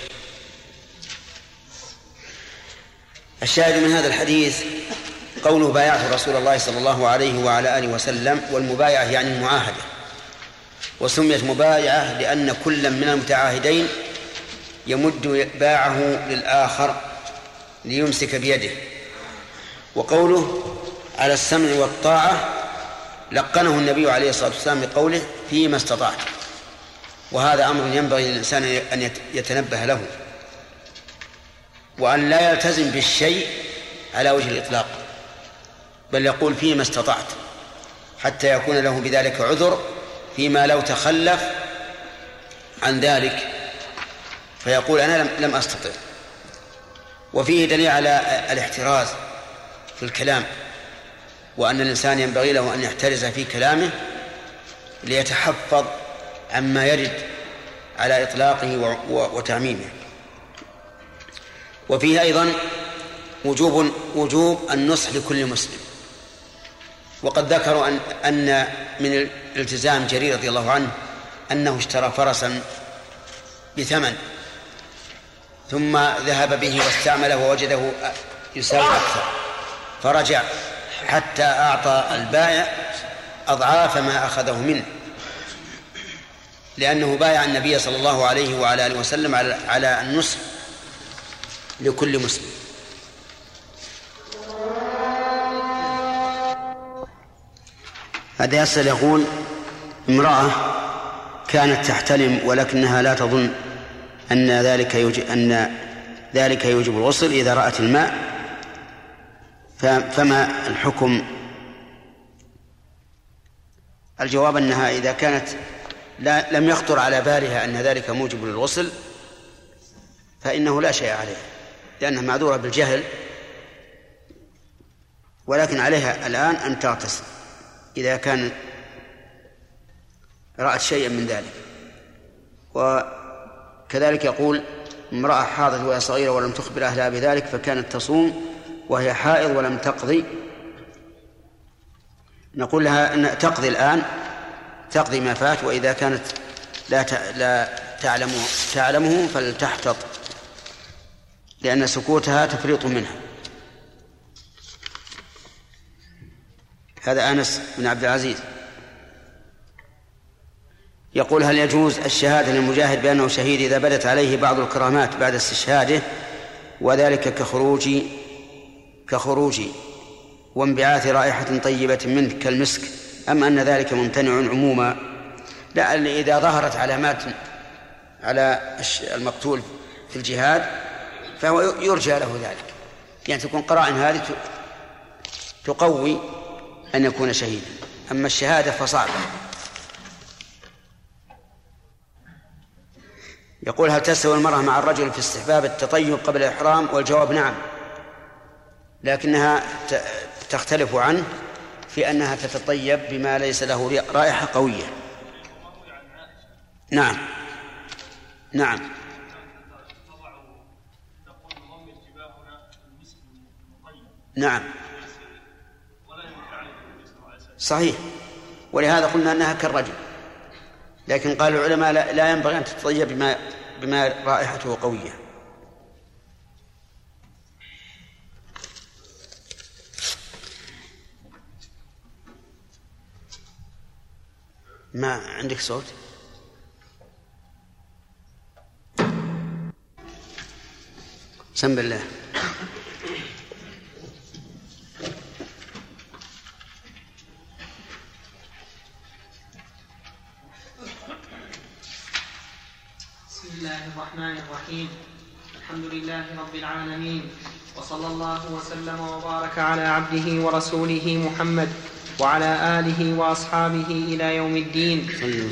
الشاهد من هذا الحديث قوله بايعت رسول الله صلى الله عليه وعلى آله وسلم، والمبايعة يعني المعاهدة، وسميت مبايعة لأن كل من المتعاهدين يمد باعه للآخر ليمسك بيده. وقوله على السمع والطاعة لقنه النبي عليه الصلاة والسلام بقوله فيما استطعت، وهذا أمر ينبغي للإنسان أن يتنبه له، وأن لا يلتزم بالشيء على وجه الإطلاق، بل يقول فيما استطعت حتى يكون له بذلك عذر فيما لو تخلف عن ذلك فيقول أنا لم أستطع. وفيه دليل على الاحتراز في الكلام، وأن الإنسان ينبغي له أن يحترز في كلامه ليتحفظ عما يرد على إطلاقه وتعميمه. وفيه أيضا وجوب وجوب النصح لكل مسلم. وقد ذكروا أن أن من التزام جرير رضي الله عنه أنه اشترى فرسا بثمن ثم ذهب به واستعمله ووجده يساوي أكثر، فرجع حتى أعطى البائع أضعاف ما أخذه منه، لأنه بايع النبي صلى الله عليه وعلى آله وسلم على النصح لكل مسلم. هذا يسأل يقول امرأة كانت تحتلم ولكنها لا تظن أن ذلك يوجب أن ذلك يوجب الغسل إذا رأت الماء، فما الحكم؟ الجواب أنها إذا كانت لا لم يخطر على بالها أن ذلك موجب للغسل فإنه لا شيء عليها، لأنها معذورة بالجهل، ولكن عليها الآن أن تغتسل إذا كان رأت شيئا من ذلك. وكذلك يقول امرأة حاضت وهي صغيرة ولم تخبر أهلها بذلك فكانت تصوم وهي حائض ولم تقضي، نقول لها أن تقضي الآن، تقضي ما فات، وإذا كانت لا لا تعلمه تعلمه فلتحتط، لأن سكوتها تفريط منها. هذا أنس بن عبد العزيز يقول: هل يجوز الشهادة للمجاهد بأنه شهيد إذا بدت عليه بعض الكرامات بعد استشهاده، وذلك كخروج كخروج وانبعاث رائحة طيبة منه كالمسك، أم أن ذلك ممتنع عموما؟ لا، إذا ظهرت علامات على المقتول في الجهاد فهو يرجى له ذلك، يعني تكون قرائن هذه تقوي أن يكون شهيدا. أما الشهادة فصعبة. يقول: هل تستوي المرأة مع الرجل في استحباب التطيب قبل الإحرام؟ والجواب نعم، لكنها تختلف عنه في أنها تتطيب بما ليس له رائحة قوية. نعم نعم نعم صحيح، ولهذا قلنا أنها كالرجل، لكن قال العلماء لا ينبغي أن تتطيب بما, بما رائحته قوية. ما عندك صوت؟ سم بالله. بسم الله الرحمن الرحيم. الحمد لله رب العالمين، وصلى الله وسلم وبارك على عبده ورسوله محمد وعلى آله وأصحابه إلى يوم الدين.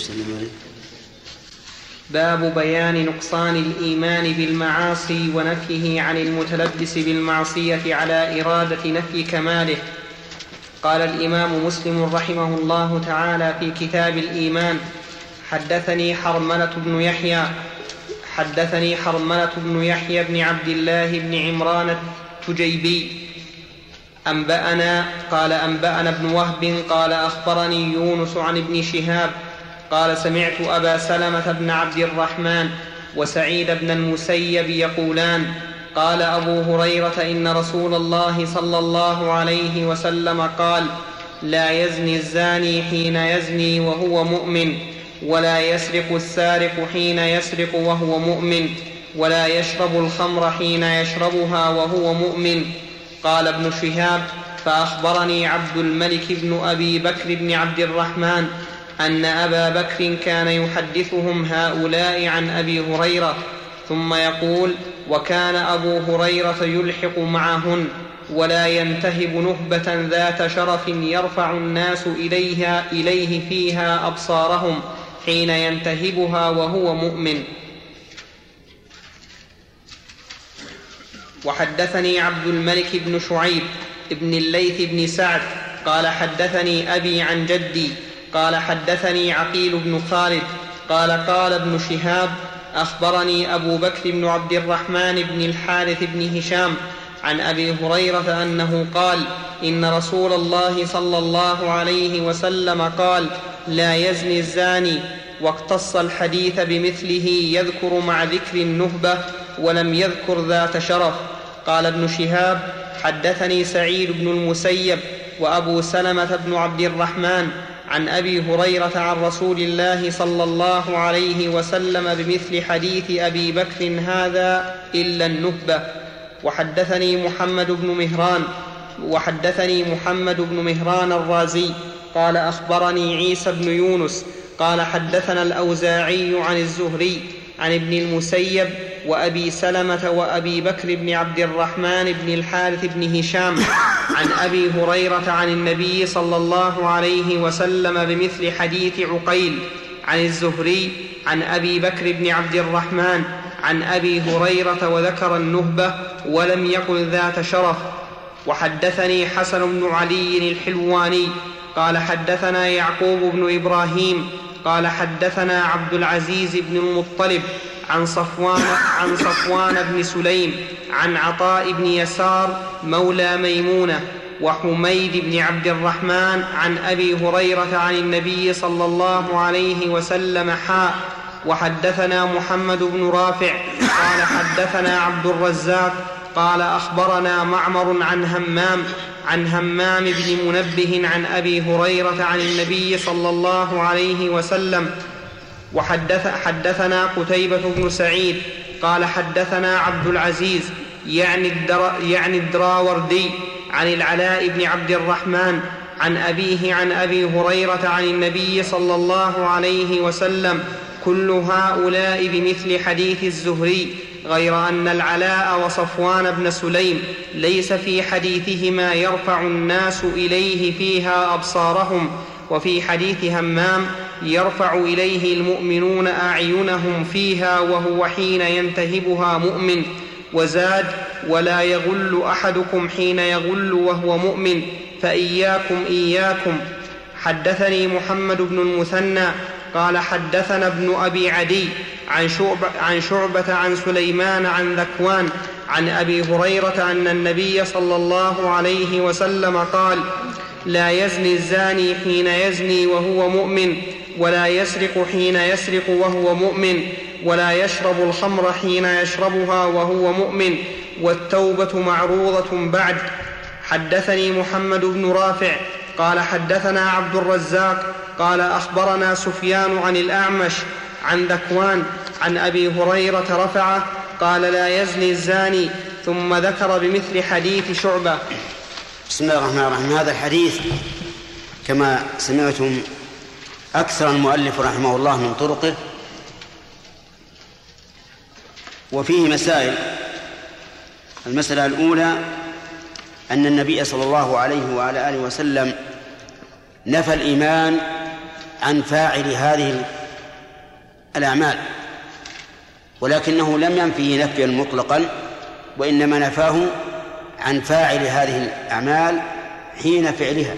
باب بيان نقصان الإيمان بالمعاصي ونفيه عن المتلبس بالمعصية على إرادة نفي كماله. قال الإمام مسلم رحمه الله تعالى في كتاب الإيمان: حدثني حرملة بن يحيى حدثني حرملة بن يحيى بن عبد الله بن عمران التجيبي أنبأنا قال أنبأنا ابن وهب قال أخبرني يونس عن ابن شهاب قال: سمعت أبا سلمة بن عبد الرحمن وسعيد بن المسيب يقولان: قال أبو هريرة: إن رسول الله صلى الله عليه وسلم قال: لا يزني الزاني حين يزني وهو مؤمن، ولا يسرق السارق حين يسرق وهو مؤمن، ولا يشرب الخمر حين يشربها وهو مؤمن. قال ابن شهاب: فأخبرني عبد الملك بن أبي بكر بن عبد الرحمن أن أبا بكر كان يحدثهم هؤلاء عن أبي هريرة، ثم يقول: وكان أبو هريرة يلحق معهن، ولا ينتهب نهبة ذات شرف يرفع الناس إليها إليه فيها أبصارهم حين ينتهبها وهو مؤمن. وحدثني عبد الملك بن شعيب ابن الليث بن سعد قال: حدثني أبي عن جدي قال: حدثني عقيل بن خالد قال: قال ابن شهاب: أخبرني أبو بكر بن عبد الرحمن بن الحارث بن هشام عن أبي هريرة أنه قال: إن رسول الله صلى الله عليه وسلم قال: لا يزني الزاني، واقتص الحديث بمثله يذكر مع ذكر النهبة ولم يذكر ذات شرف. قال ابن شهاب: حدثني سعيد بن المسيب وأبو سلمة بن عبد الرحمن عن أبي هريرة عن رسول الله صلى الله عليه وسلم بمثل حديث أبي بكر هذا إلا النهبة. وحدثني محمد بن مهران وحدثني محمد بن مهران الرازي قال: أخبرني عيسى بن يونس قال: حدثنا الأوزاعي عن الزهري عن ابن المسيب وأبي سلمة وأبي بكر بن عبد الرحمن بن الحارث بن هشام عن أبي هريرة عن النبي صلى الله عليه وسلم بمثل حديث عقيل عن الزهري عن أبي بكر بن عبد الرحمن عن أبي هريرة وذكر النهبة ولم يقل ذات شرف. وحدثني حسن بن علي الحلواني قال: حدثنا يعقوب بن إبراهيم قال: حدثنا عبد العزيز بن المطلب عن صفوان, عن صفوان بن سليم عن عطاء بن يسار مولى ميمونة وحميد بن عبد الرحمن عن أبي هريرة عن النبي صلى الله عليه وسلم حاء. وحدثنا محمد بن رافع قال حدثنا عبد الرزاق قال أخبرنا معمر عن همام عن همام بن منبه عن أبي هريرة عن النبي صلى الله عليه وسلم. وحدث حدثنا قتيبة بن سعيد قال حدثنا عبد العزيز يعني, الدر يعني الدراوردي عن العلاء بن عبد الرحمن عن أبيه عن أبي هريرة عن النبي صلى الله عليه وسلم كل هؤلاء بمثل حديث الزهري، غير أن العلاء وصفوان بن سليم ليس في حديثهما يرفع الناس إليه فيها أبصارهم، وفي حديث همام يرفع إليه المؤمنون أعينهم فيها وهو حين ينتهبها مؤمن. وزاد ولا يغل أحدكم حين يغل وهو مؤمن، فإياكم إياكم. حدثني محمد بن المثنى قال حدثنا ابن أبي عدي عن شعبة, عن شعبة عن سليمان عن ذكوان عن أبي هريرة أن النبي صلى الله عليه وسلم قال: لا يزني الزاني حين يزني وهو مؤمن، ولا يسرق حين يسرق وهو مؤمن، ولا يشرب الخمر حين يشربها وهو مؤمن، والتوبة معروضة بعد. حدثني محمد بن رافع قال حدثنا عبد الرزاق قال أخبرنا سفيان عن الأعمش عن ذكوان عن أبي هريرة رفعه قال: لا يزني الزاني، ثم ذكر بمثل حديث شعبة. بسم الله الرحمن الرحيم. هذا الحديث كما سمعتم أكثر المؤلف رحمه الله من طرقه، وفيه مسائل. المسألة الأولى أن النبي صلى الله عليه وعلى آله وسلم نفى الإيمان عن فاعل هذه الأعمال، ولكنه لم ينفيه نفيا مطلقا، وإنما نفاه عن فاعل هذه الأعمال حين فعلها،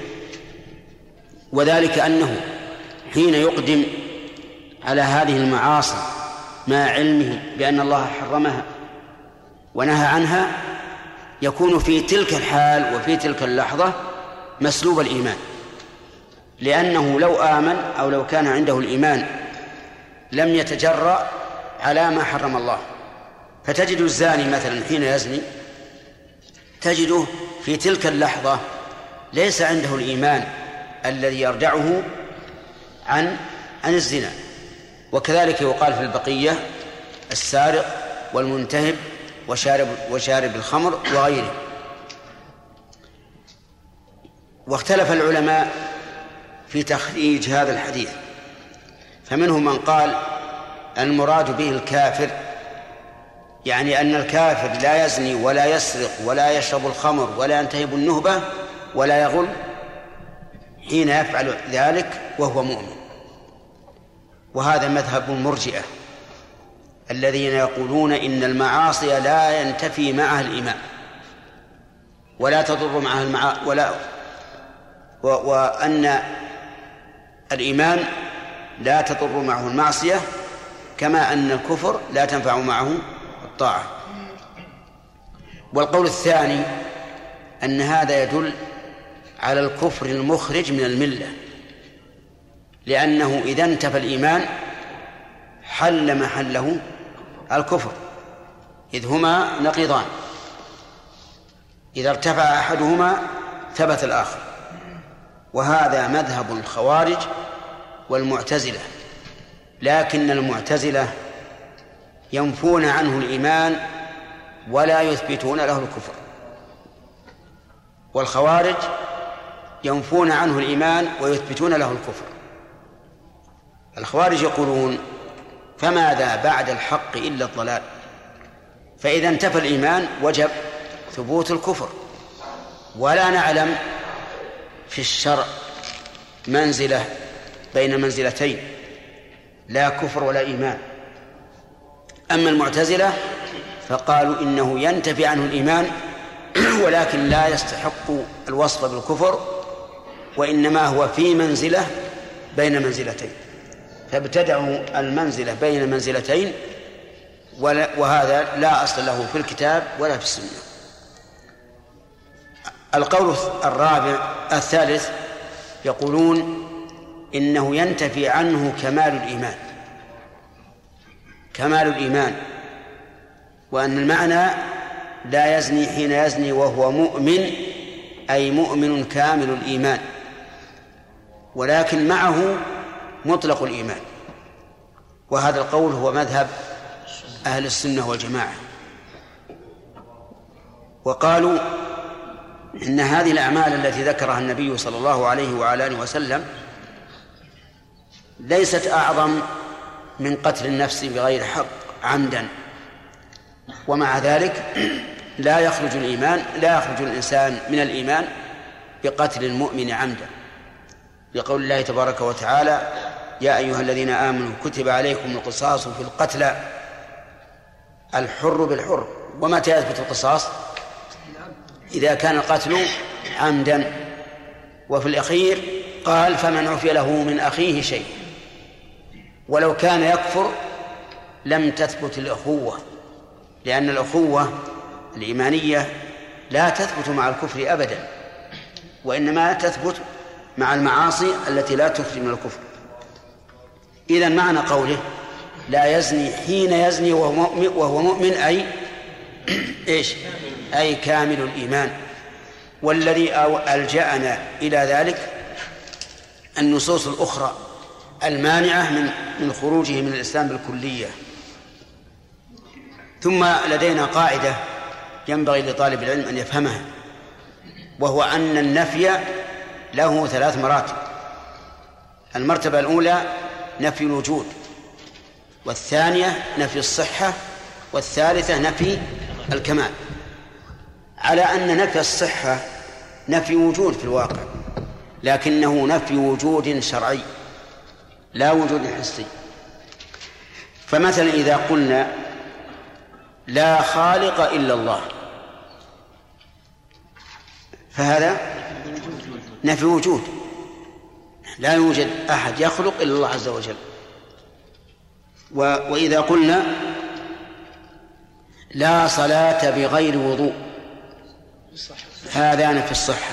وذلك أنه حين يقدم على هذه المعاصي مع علمه بأن الله حرمها ونهى عنها، يكون في تلك الحال وفي تلك اللحظة مسلوب الإيمان، لأنه لو آمن أو لو كان عنده الإيمان لم يتجرأ على ما حرم الله. فتجد الزاني مثلا حين يزني تجده في تلك اللحظة ليس عنده الإيمان الذي يردعه عن عن الزنا. وكذلك يقال في البقية: السارق والمنتهب وشارب, وشارب الخمر وغيره. واختلف العلماء في تخريج هذا الحديث، فمنهم من قال المراد به الكافر، يعني أن الكافر لا يزني ولا يسرق ولا يشرب الخمر ولا ينتهب النهبة ولا يغل حين يفعل ذلك وهو مؤمن. وهذا مذهب المرجئة الذين يقولون إن المعاصي لا ينتفي معها الإيمان ولا تضر معها المعا ولا و... وأن الإيمان لا تضر معه المعصية، كما أن الكفر لا تنفع معه الطاعة. والقول الثاني أن هذا يدل على الكفر المخرج من الملة، لأنه إذا انتفى الإيمان حل محله الكفر، إذ هما نقيضان، إذا ارتفع أحدهما ثبت الآخر. وهذا مذهب الخوارج والمعتزلة، لكن المعتزلة ينفون عنه الإيمان ولا يثبتون له الكفر، والخوارج ينفون عنه الإيمان ويثبتون له الكفر. الخوارج يقولون: فماذا بعد الحق إلا الضلال؟ فإذا انتفى الإيمان وجب ثبوت الكفر، ولا نعلم في الشرع منزلة بين منزلتين، لا كفر ولا إيمان. أما المعتزلة فقالوا إنه ينتفي عنه الإيمان ولكن لا يستحق الوصف بالكفر، وإنما هو في منزلة بين منزلتين، فابتدعوا المنزلة بين منزلتين، وهذا لا أصل له في الكتاب ولا في السنة. القول الرابع الثالث يقولون إنه ينتفي عنه كمال الإيمان كمال الإيمان وأن المعنى لا يزني حين يزني وهو مؤمن أي مؤمن كامل الإيمان، ولكن معه مطلق الإيمان، وهذا القول هو مذهب أهل السنة والجماعة. وقالوا إن هذه الأعمال التي ذكرها النبي صلى الله عليه وعلى آله وسلم ليست أعظم من قتل النفس بغير حق عمدا، ومع ذلك لا يخرج الإيمان لا يخرج الإنسان من الإيمان بقتل المؤمن عمدا، لقول الله تبارك وتعالى: يا أيها الذين آمنوا كتب عليكم القصاص في القتلى الحر بالحر. ومتى يثبت القصاص؟ إذا كان القتل عمدا. وفي الأخير قال: فمن عفي له من أخيه شيء. ولو كان يكفر لم تثبت الأخوة، لأن الأخوة الإيمانية لا تثبت مع الكفر أبدا، وإنما تثبت مع المعاصي التي لا تخرج من الكفر. إذن معنى قوله لا يزني حين يزني وهو مؤمن, وهو مؤمن أي إيش؟ أي كامل الإيمان. والذي ألجأنا إلى ذلك النصوص الأخرى المانعة من من خروجه من الإسلام بالكلية. ثم لدينا قاعدة ينبغي لطالب العلم أن يفهمها، وهو أن النفي له ثلاث مراتب. المرتبة الأولى نفي الوجود، والثانية نفي الصحة، والثالثة نفي الكمال. على أن نفي الصحة نفي وجود في الواقع، لكنه نفي وجود شرعي لا وجود حسي. فمثلا إذا قلنا لا خالق إلا الله فهذا نفي وجود، لا يوجد أحد يخلق إلا الله عز وجل. وإذا قلنا لا صلاة بغير وضوء هذا نفي الصحة.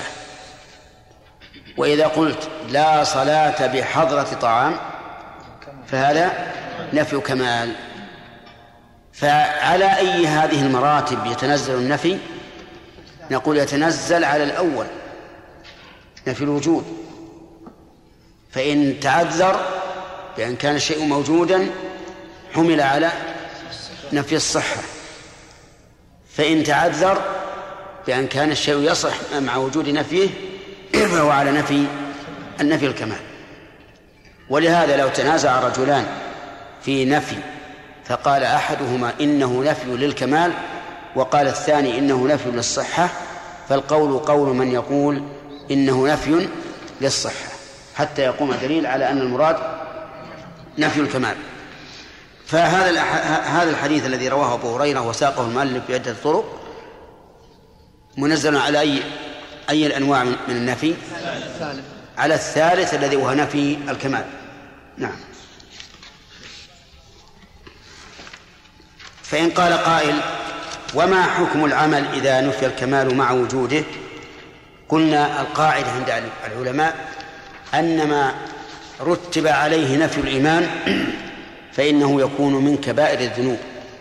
وإذا قلت لا صلاة بحضرة طعام فهذا نفي كمال. فعلى أي هذه المراتب يتنزل النفي؟ نقول يتنزل على الأول نفي الوجود، فإن تعذر بأن كان الشيء موجودا حمل على نفي الصحة، فإن تعذر بأن كان الشيء يصح مع وجود نفيه فهو على نفي النفي الكمال. ولهذا لو تنازع رجلان في نفي فقال أحدهما إنه نفي للكمال وقال الثاني إنه نفي للصحة، فالقول قول من يقول إنه نفي للصحة حتى يقوم دليل على أن المراد نفي الكمال. فهذا هذا الحديث الذي رواه أبو هريرة وساقه المؤلف بعدة طرق منزل على أي أي الأنواع من النفي؟ على الثالث الذي هو نفي الكمال. نعم. فإن قال قائل: وما حكم العمل إذا نفي الكمال مع وجوده؟ قلنا القاعدة عند العلماء أن ما رتب عليه نفي الإيمان فإنه يكون من كبائر الذنوب.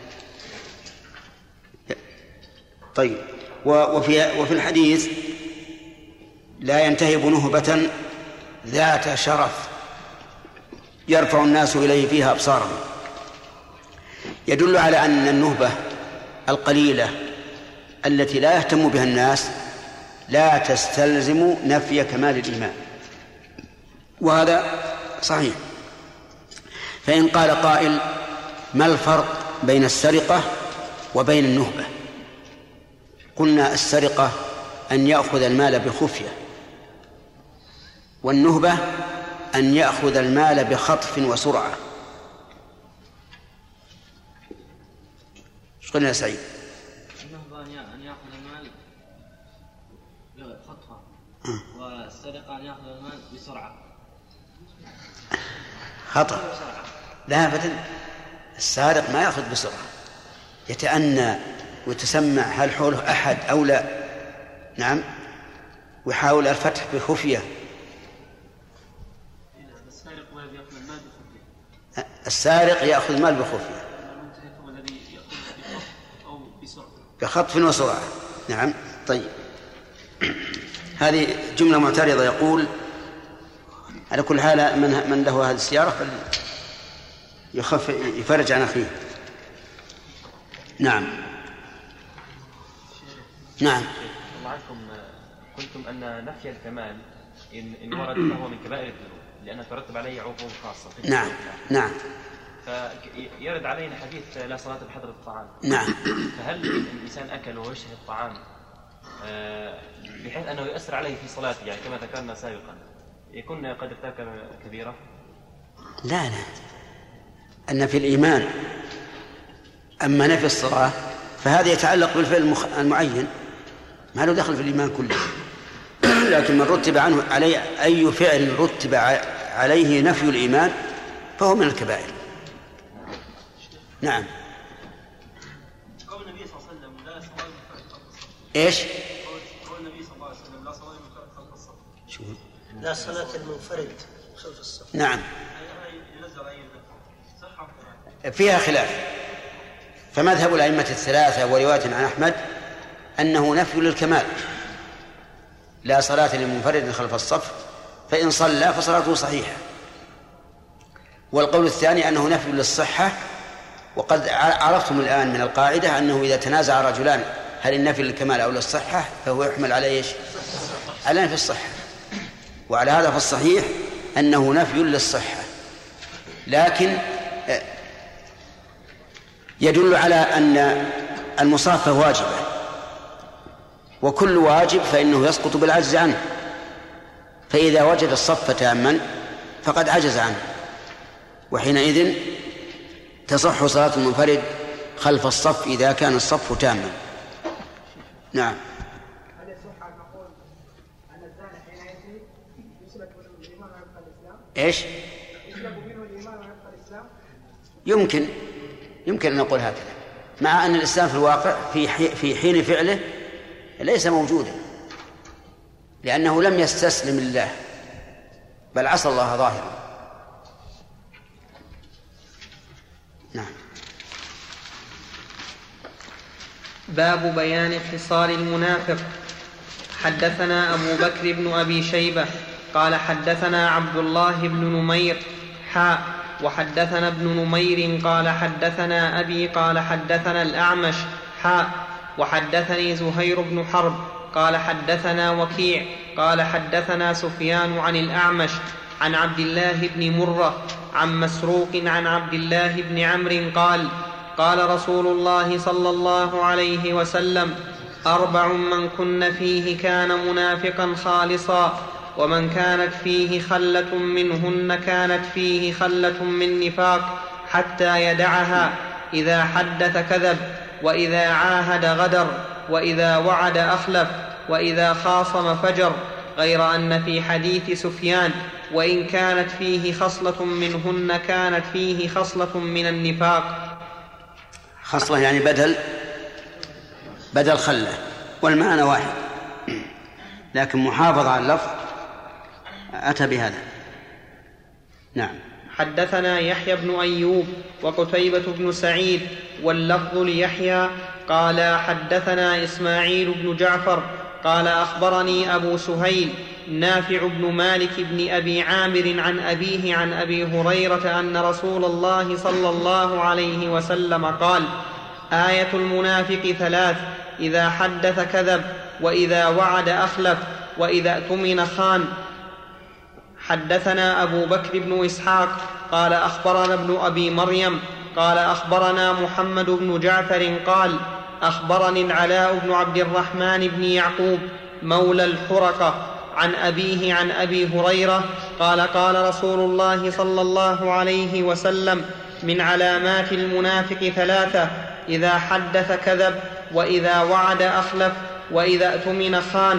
طيب، وفي, وفي الحديث لا ينتهب نهبة ذات شرف يرفع الناس إليه فيها أبصارهم، يدل على أن النهبة القليلة التي لا يهتم بها الناس لا تستلزم نفي كمال الإيمان، وهذا صحيح. فإن قال قائل: ما الفرق بين السرقة وبين النهبة؟ قلنا السرقة أن يأخذ المال بخفية، والنهبة أن يأخذ المال بخطف وسرعة. ايش قلنا يا سعيد؟ النهبة أن يأخذ المال بخطفة، والسرقة أن يأخذ المال بسرعة. خطأ. لا أبدا، السارق ما يأخذ بسرعة، يتأنى ويتسمع هل حوله أحد أو لا. نعم، ويحاول الفتح بخفية. السارق يأخذ المال بخفية بخطف وسرعة. نعم. طيب، هذه جملة معترضة. يقول على كل حال من من له هذه السيارة يخف يفرج عن أخيه. نعم. نعم. معكم قلتم أن نفي الكمال إن, إن ورد فهو من كبائر الذنوب لأنه ترتب عليه عقوبة خاصة. نعم. نعم. فيرد علينا حديث لا صلاة بحضر الطعام. نعم. فهل الإنسان أكل ويشتهي الطعام بحيث أنه يؤثر عليه في صلاته يعني كما ذكرنا سابقا يكون قد ارتكب كبيرة؟ لا لا، أن في الإيمان. أما نفي الصلاة فهذا يتعلق بالفعل المعين ما له دخل في الإيمان كله. لكن من رتب عنه عليه أي فعل رتب عليه نفي الإيمان فهو من الكبائر. نعم. قول النبي صلى الله عليه وسلم لا صلاة إيش؟ قول النبي صلى الله عليه وسلم لا صلاة خلف الصف. شو؟ لا صلاة المنفرد خلف الصف. نعم. فيها خلاف، فمذهب الأئمة الثلاثة ورواية عن أحمد أنه نفي للكمال، لا صلاة لمنفرد خلف الصف، فإن صلى فصلاته صحيحة. والقول الثاني أنه نفي للصحة، وقد عرفتم الآن من القاعدة أنه إذا تنازع رجلان هل النفي للكمال أو للصحة فهو يحمل على إيش؟ على نفي الصحة. وعلى هذا فالصحيح أنه نفي للصحة، لكن يدل على أن المصافة واجبة، وكل واجب فإنه يسقط بالعجز عنه، فإذا وجد الصف تاما فقد عجز عنه، وحينئذ تصح صلاة المنفرد خلف الصف إذا كان الصف تاما. نعم. هل يصح أن نقول أن الزاني حينئذ يسلب منه الإيمان ويبقى الإسلام؟ إيش؟ يسلب منه الإيمان ويبقى الإسلام؟ يمكن يمكن أن نقول هكذا، مع أن الإسلام في الواقع في في حين فعله ليس موجودا، لأنه لم يستسلم لله بل عصى الله ظاهرا. نعم. باب بيان خصال المنافق. حدثنا أبو بكر بن أبي شيبة قال حدثنا عبد الله بن نمير حاء وحدثنا ابن نمير قال حدثنا أبي قال حدثنا الأعمش حاء وحدثني زهير بن حرب قال حدثنا وكيع قال حدثنا سفيان عن الأعمش عن عبد الله بن مرة عن مسروق عن عبد الله بن عمرو قال قال رسول الله صلى الله عليه وسلم أربع من كن فيه كان منافقا خالصا، ومن كانت فيه خلة منهن كانت فيه خلة من نفاق حتى يدعها: إذا حدث كذب، وإذا عاهد غدر، وإذا وعد أخلف، وإذا خاصم فجر. غير أن في حديث سفيان وإن كانت فيه خصلة منهن كانت فيه خصلة من النفاق. خصلة يعني بدل بدل خلة، والمعنى واحد، لكن محافظة على اللفظ أتى بهذا. نعم. حدثنا يحيى بن أيوب وقتيبة بن سعيد واللفظ ليحيى قال حدثنا إسماعيل بن جعفر قال أخبرني أبو سهيل نافع بن مالك بن أبي عامر عن أبيه عن أبي هريرة أن رسول الله صلى الله عليه وسلم قال: آية المنافق ثلاث: إذا حدث كذب، وإذا وعد أخلف، وإذا اؤتمن خان. حدثنا أبو بكر بن إسحاق قال أخبرنا ابن أبي مريم قال أخبرنا محمد بن جعفر قال أخبرني العلاء بن عبد الرحمن بن يعقوب مولى الحرقة عن أبيه عن أبي هريرة قال قال رسول الله صلى الله عليه وسلم: من علامات المنافق ثلاثة: إذا حدث كذب، وإذا وعد أخلف، وإذا اؤتمن خان.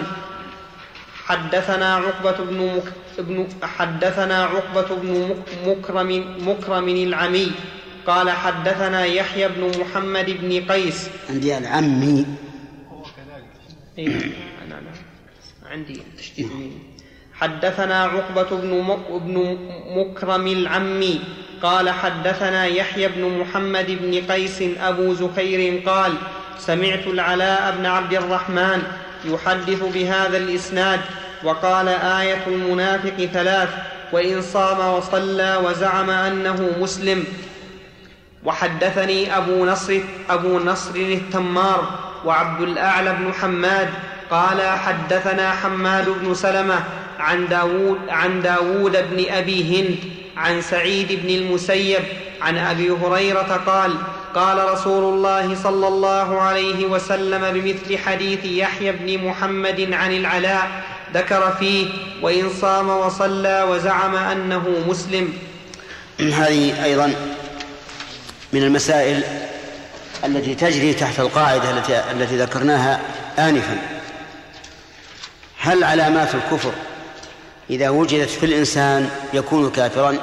حدثنا عقبة بن مك... ابن حدثنا عقبة بن مكرم مكرم العمي قال حدثنا يحيى بن محمد بن قيس. عندي العمي. إيه أنا أنا عندي تشديد. حدثنا عقبة بن مكرم العمي قال حدثنا يحيى بن محمد بن قيس أبو زكير قال سمعت العلاء بن عبد الرحمن يحدث بهذا الإسناد وقال آية المنافق ثلاث: وإن صام وصلى وزعم أنه مسلم. وحدثني أبو نصر, أبو نصر التمار وعبد الأعلى بن حماد قال حدثنا حماد بن سلمة عن داود, عن داود بن أبي هند عن سعيد بن المسيب عن أبي هريرة قال قال رسول الله صلى الله عليه وسلم بمثل حديث يحيى بن محمد عن العلاء ذكر فيه: وإن صام وصلى وزعم أنه مسلم. هذه أيضا من المسائل التي تجري تحت القاعدة التي, التي ذكرناها آنفا. هل علامات الكفر إذا وجدت في الإنسان يكون كافرا؟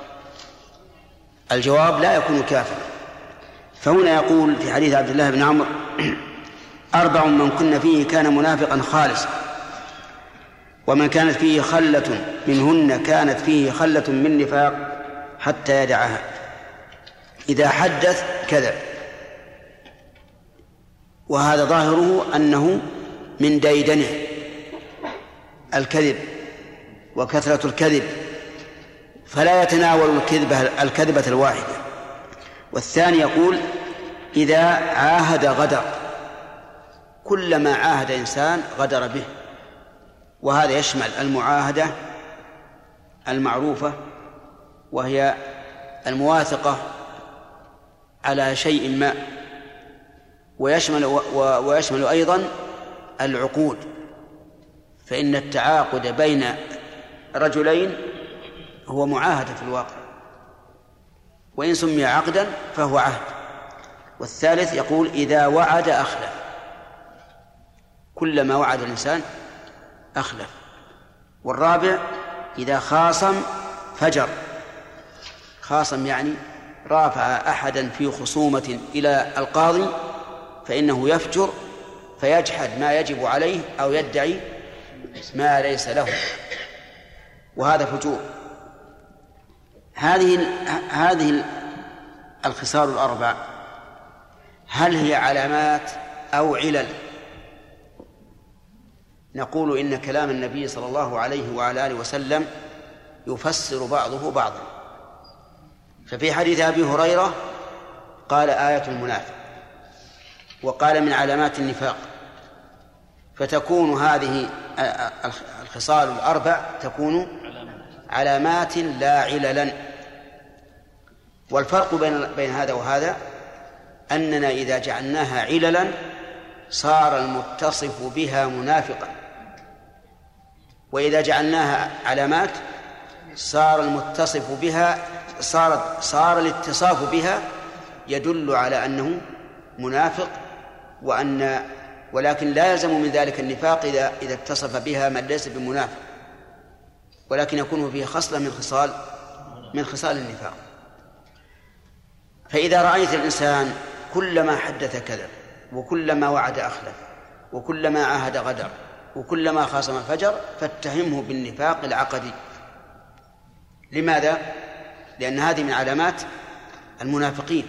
الجواب: لا يكون كافرا. فهنا يقول في حديث عبد الله بن عمرو: أربع من كن فيه كان منافقا خالصا، ومن كانت فيه خلة منهن كانت فيه خلة من نفاق حتى يدعها: إذا حدث كذب. وهذا ظاهره أنه من ديدنه الكذب وكثرة الكذب، فلا يتناول الكذبة, الكذبة الواحدة. والثاني يقول: إذا عاهد غدر، كلما عاهد إنسان غدر به، وهذا يشمل المعاهدة المعروفة وهي المواثقة على شيء ما، ويشمل, ويشمل أيضا العقود، فإن التعاقد بين رجلين هو معاهدة في الواقع، وإن سمي عقدا فهو عهد. والثالث يقول: إذا وعد أخلف، كلما وعد الإنسان أخلف. والرابع: إذا خاصم فجر. خاصم يعني رافع أحدا في خصومة إلى القاضي فإنه يفجر فيجحد ما يجب عليه أو يدعي ما ليس له، وهذا فجور. هذه هذه الخصال الأربع هل هي علامات أو علل؟ نقول إن كلام النبي صلى الله عليه وعلى آله وسلم يفسر بعضه بعضا. ففي حديث أبي هريرة قال آية المنافق، وقال من علامات النفاق، فتكون هذه الخصال الأربع تكون علامات لا عللا. والفرق بين بين هذا وهذا أننا إذا جعلناها عللا صار المتصف بها منافقا، وإذا جعلناها علامات صار المتصف بها صار صار الاتصاف بها يدل على أنه منافق، وأن ولكن لا يلزم من ذلك النفاق إذا إذا اتصف بها من ليس بمنافق، ولكن يكون فيه خصلة من خصال من خصال النفاق. فإذا رأيت الإنسان كلما حدث كذب، وكلما وعد أخلف، وكلما عاهد غدر، وكلما خاصم فجر، فاتهمه بالنفاق العقدي. لماذا؟ لأن هذه من علامات المنافقين،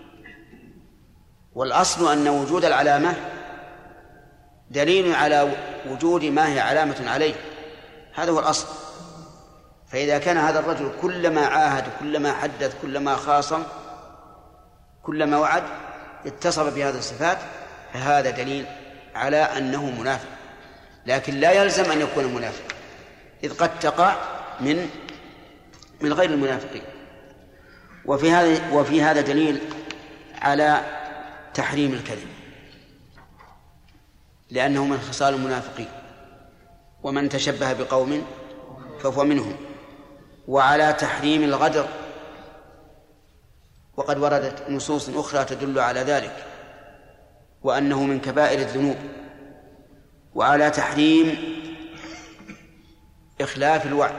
والأصل أن وجود العلامة دليل على وجود ما هي علامة عليه، هذا هو الأصل. فإذا كان هذا الرجل كلما عاهد، كلما حدث، كلما خاصم، كلما وعد اتصف بهذه الصفات، فهذا دليل على أنه منافق، لكن لا يلزم أن يكون منافق، إذ قد تقع من من غير المنافقين. وفي هذا وفي هذا دليل على تحريم الكذب، لأنه من خصال المنافقين، ومن تشبه بقوم فهو منهم، وعلى تحريم الغدر، وقد وردت نصوص أخرى تدل على ذلك وأنه من كبائر الذنوب، وعلى تحريم إخلاف الوعد،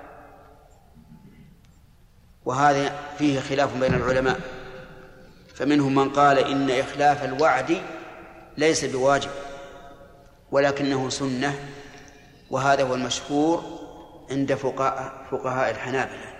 وهذا فيه خلاف بين العلماء، فمنهم من قال إن إخلاف الوعد ليس بواجب ولكنه سنة وهذا هو المشهور عند فقهاء فقهاء الحنابلة.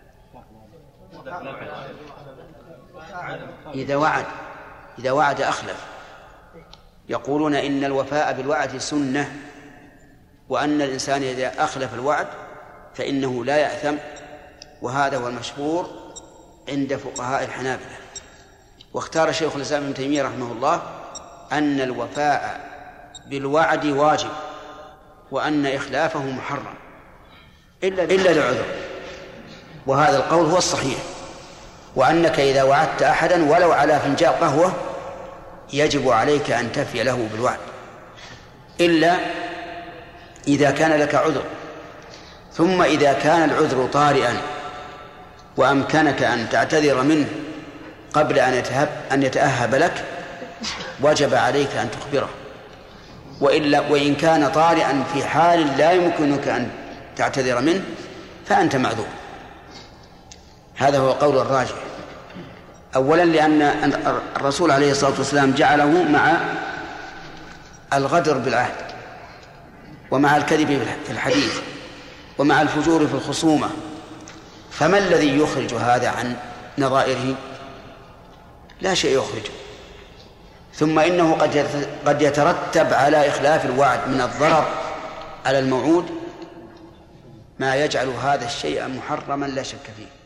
إذا وعد إذا وعد أخلف، يقولون إن الوفاء بالوعد سنة، وأن الإنسان إذا أخلف الوعد فإنه لا يأثم، وهذا هو المشهور عند فقهاء الحنابلة. واختار شيخ الإسلام ابن تيمية رحمه الله أن الوفاء بالوعد واجب، وأن إخلافه محرم إلا لعذر، وهذا القول هو الصحيح، وأنك إذا وعدت أحدا ولو على فنجان قهوة يجب عليك أن تفي له بالوعد، إلا إذا كان لك عذر. ثم إذا كان العذر طارئا وأمكنك أن تعتذر منه قبل أن يتهب أن يتأهب لك وجب عليك أن تخبره، وإلا وإن كان طارئا في حال لا يمكنك أن تعتذر منه فأنت معذور. هذا هو قول الراجح، أولا لأن الرسول عليه الصلاة والسلام جعله مع الغدر بالعهد، ومع الكذب في الحديث، ومع الفجور في الخصومة، فما الذي يخرج هذا عن نظائره؟ لا شيء يخرجه. ثم إنه قد يترتب على إخلاف الوعد من الضرر على الموعود ما يجعل هذا الشيء محرما لا شك فيه.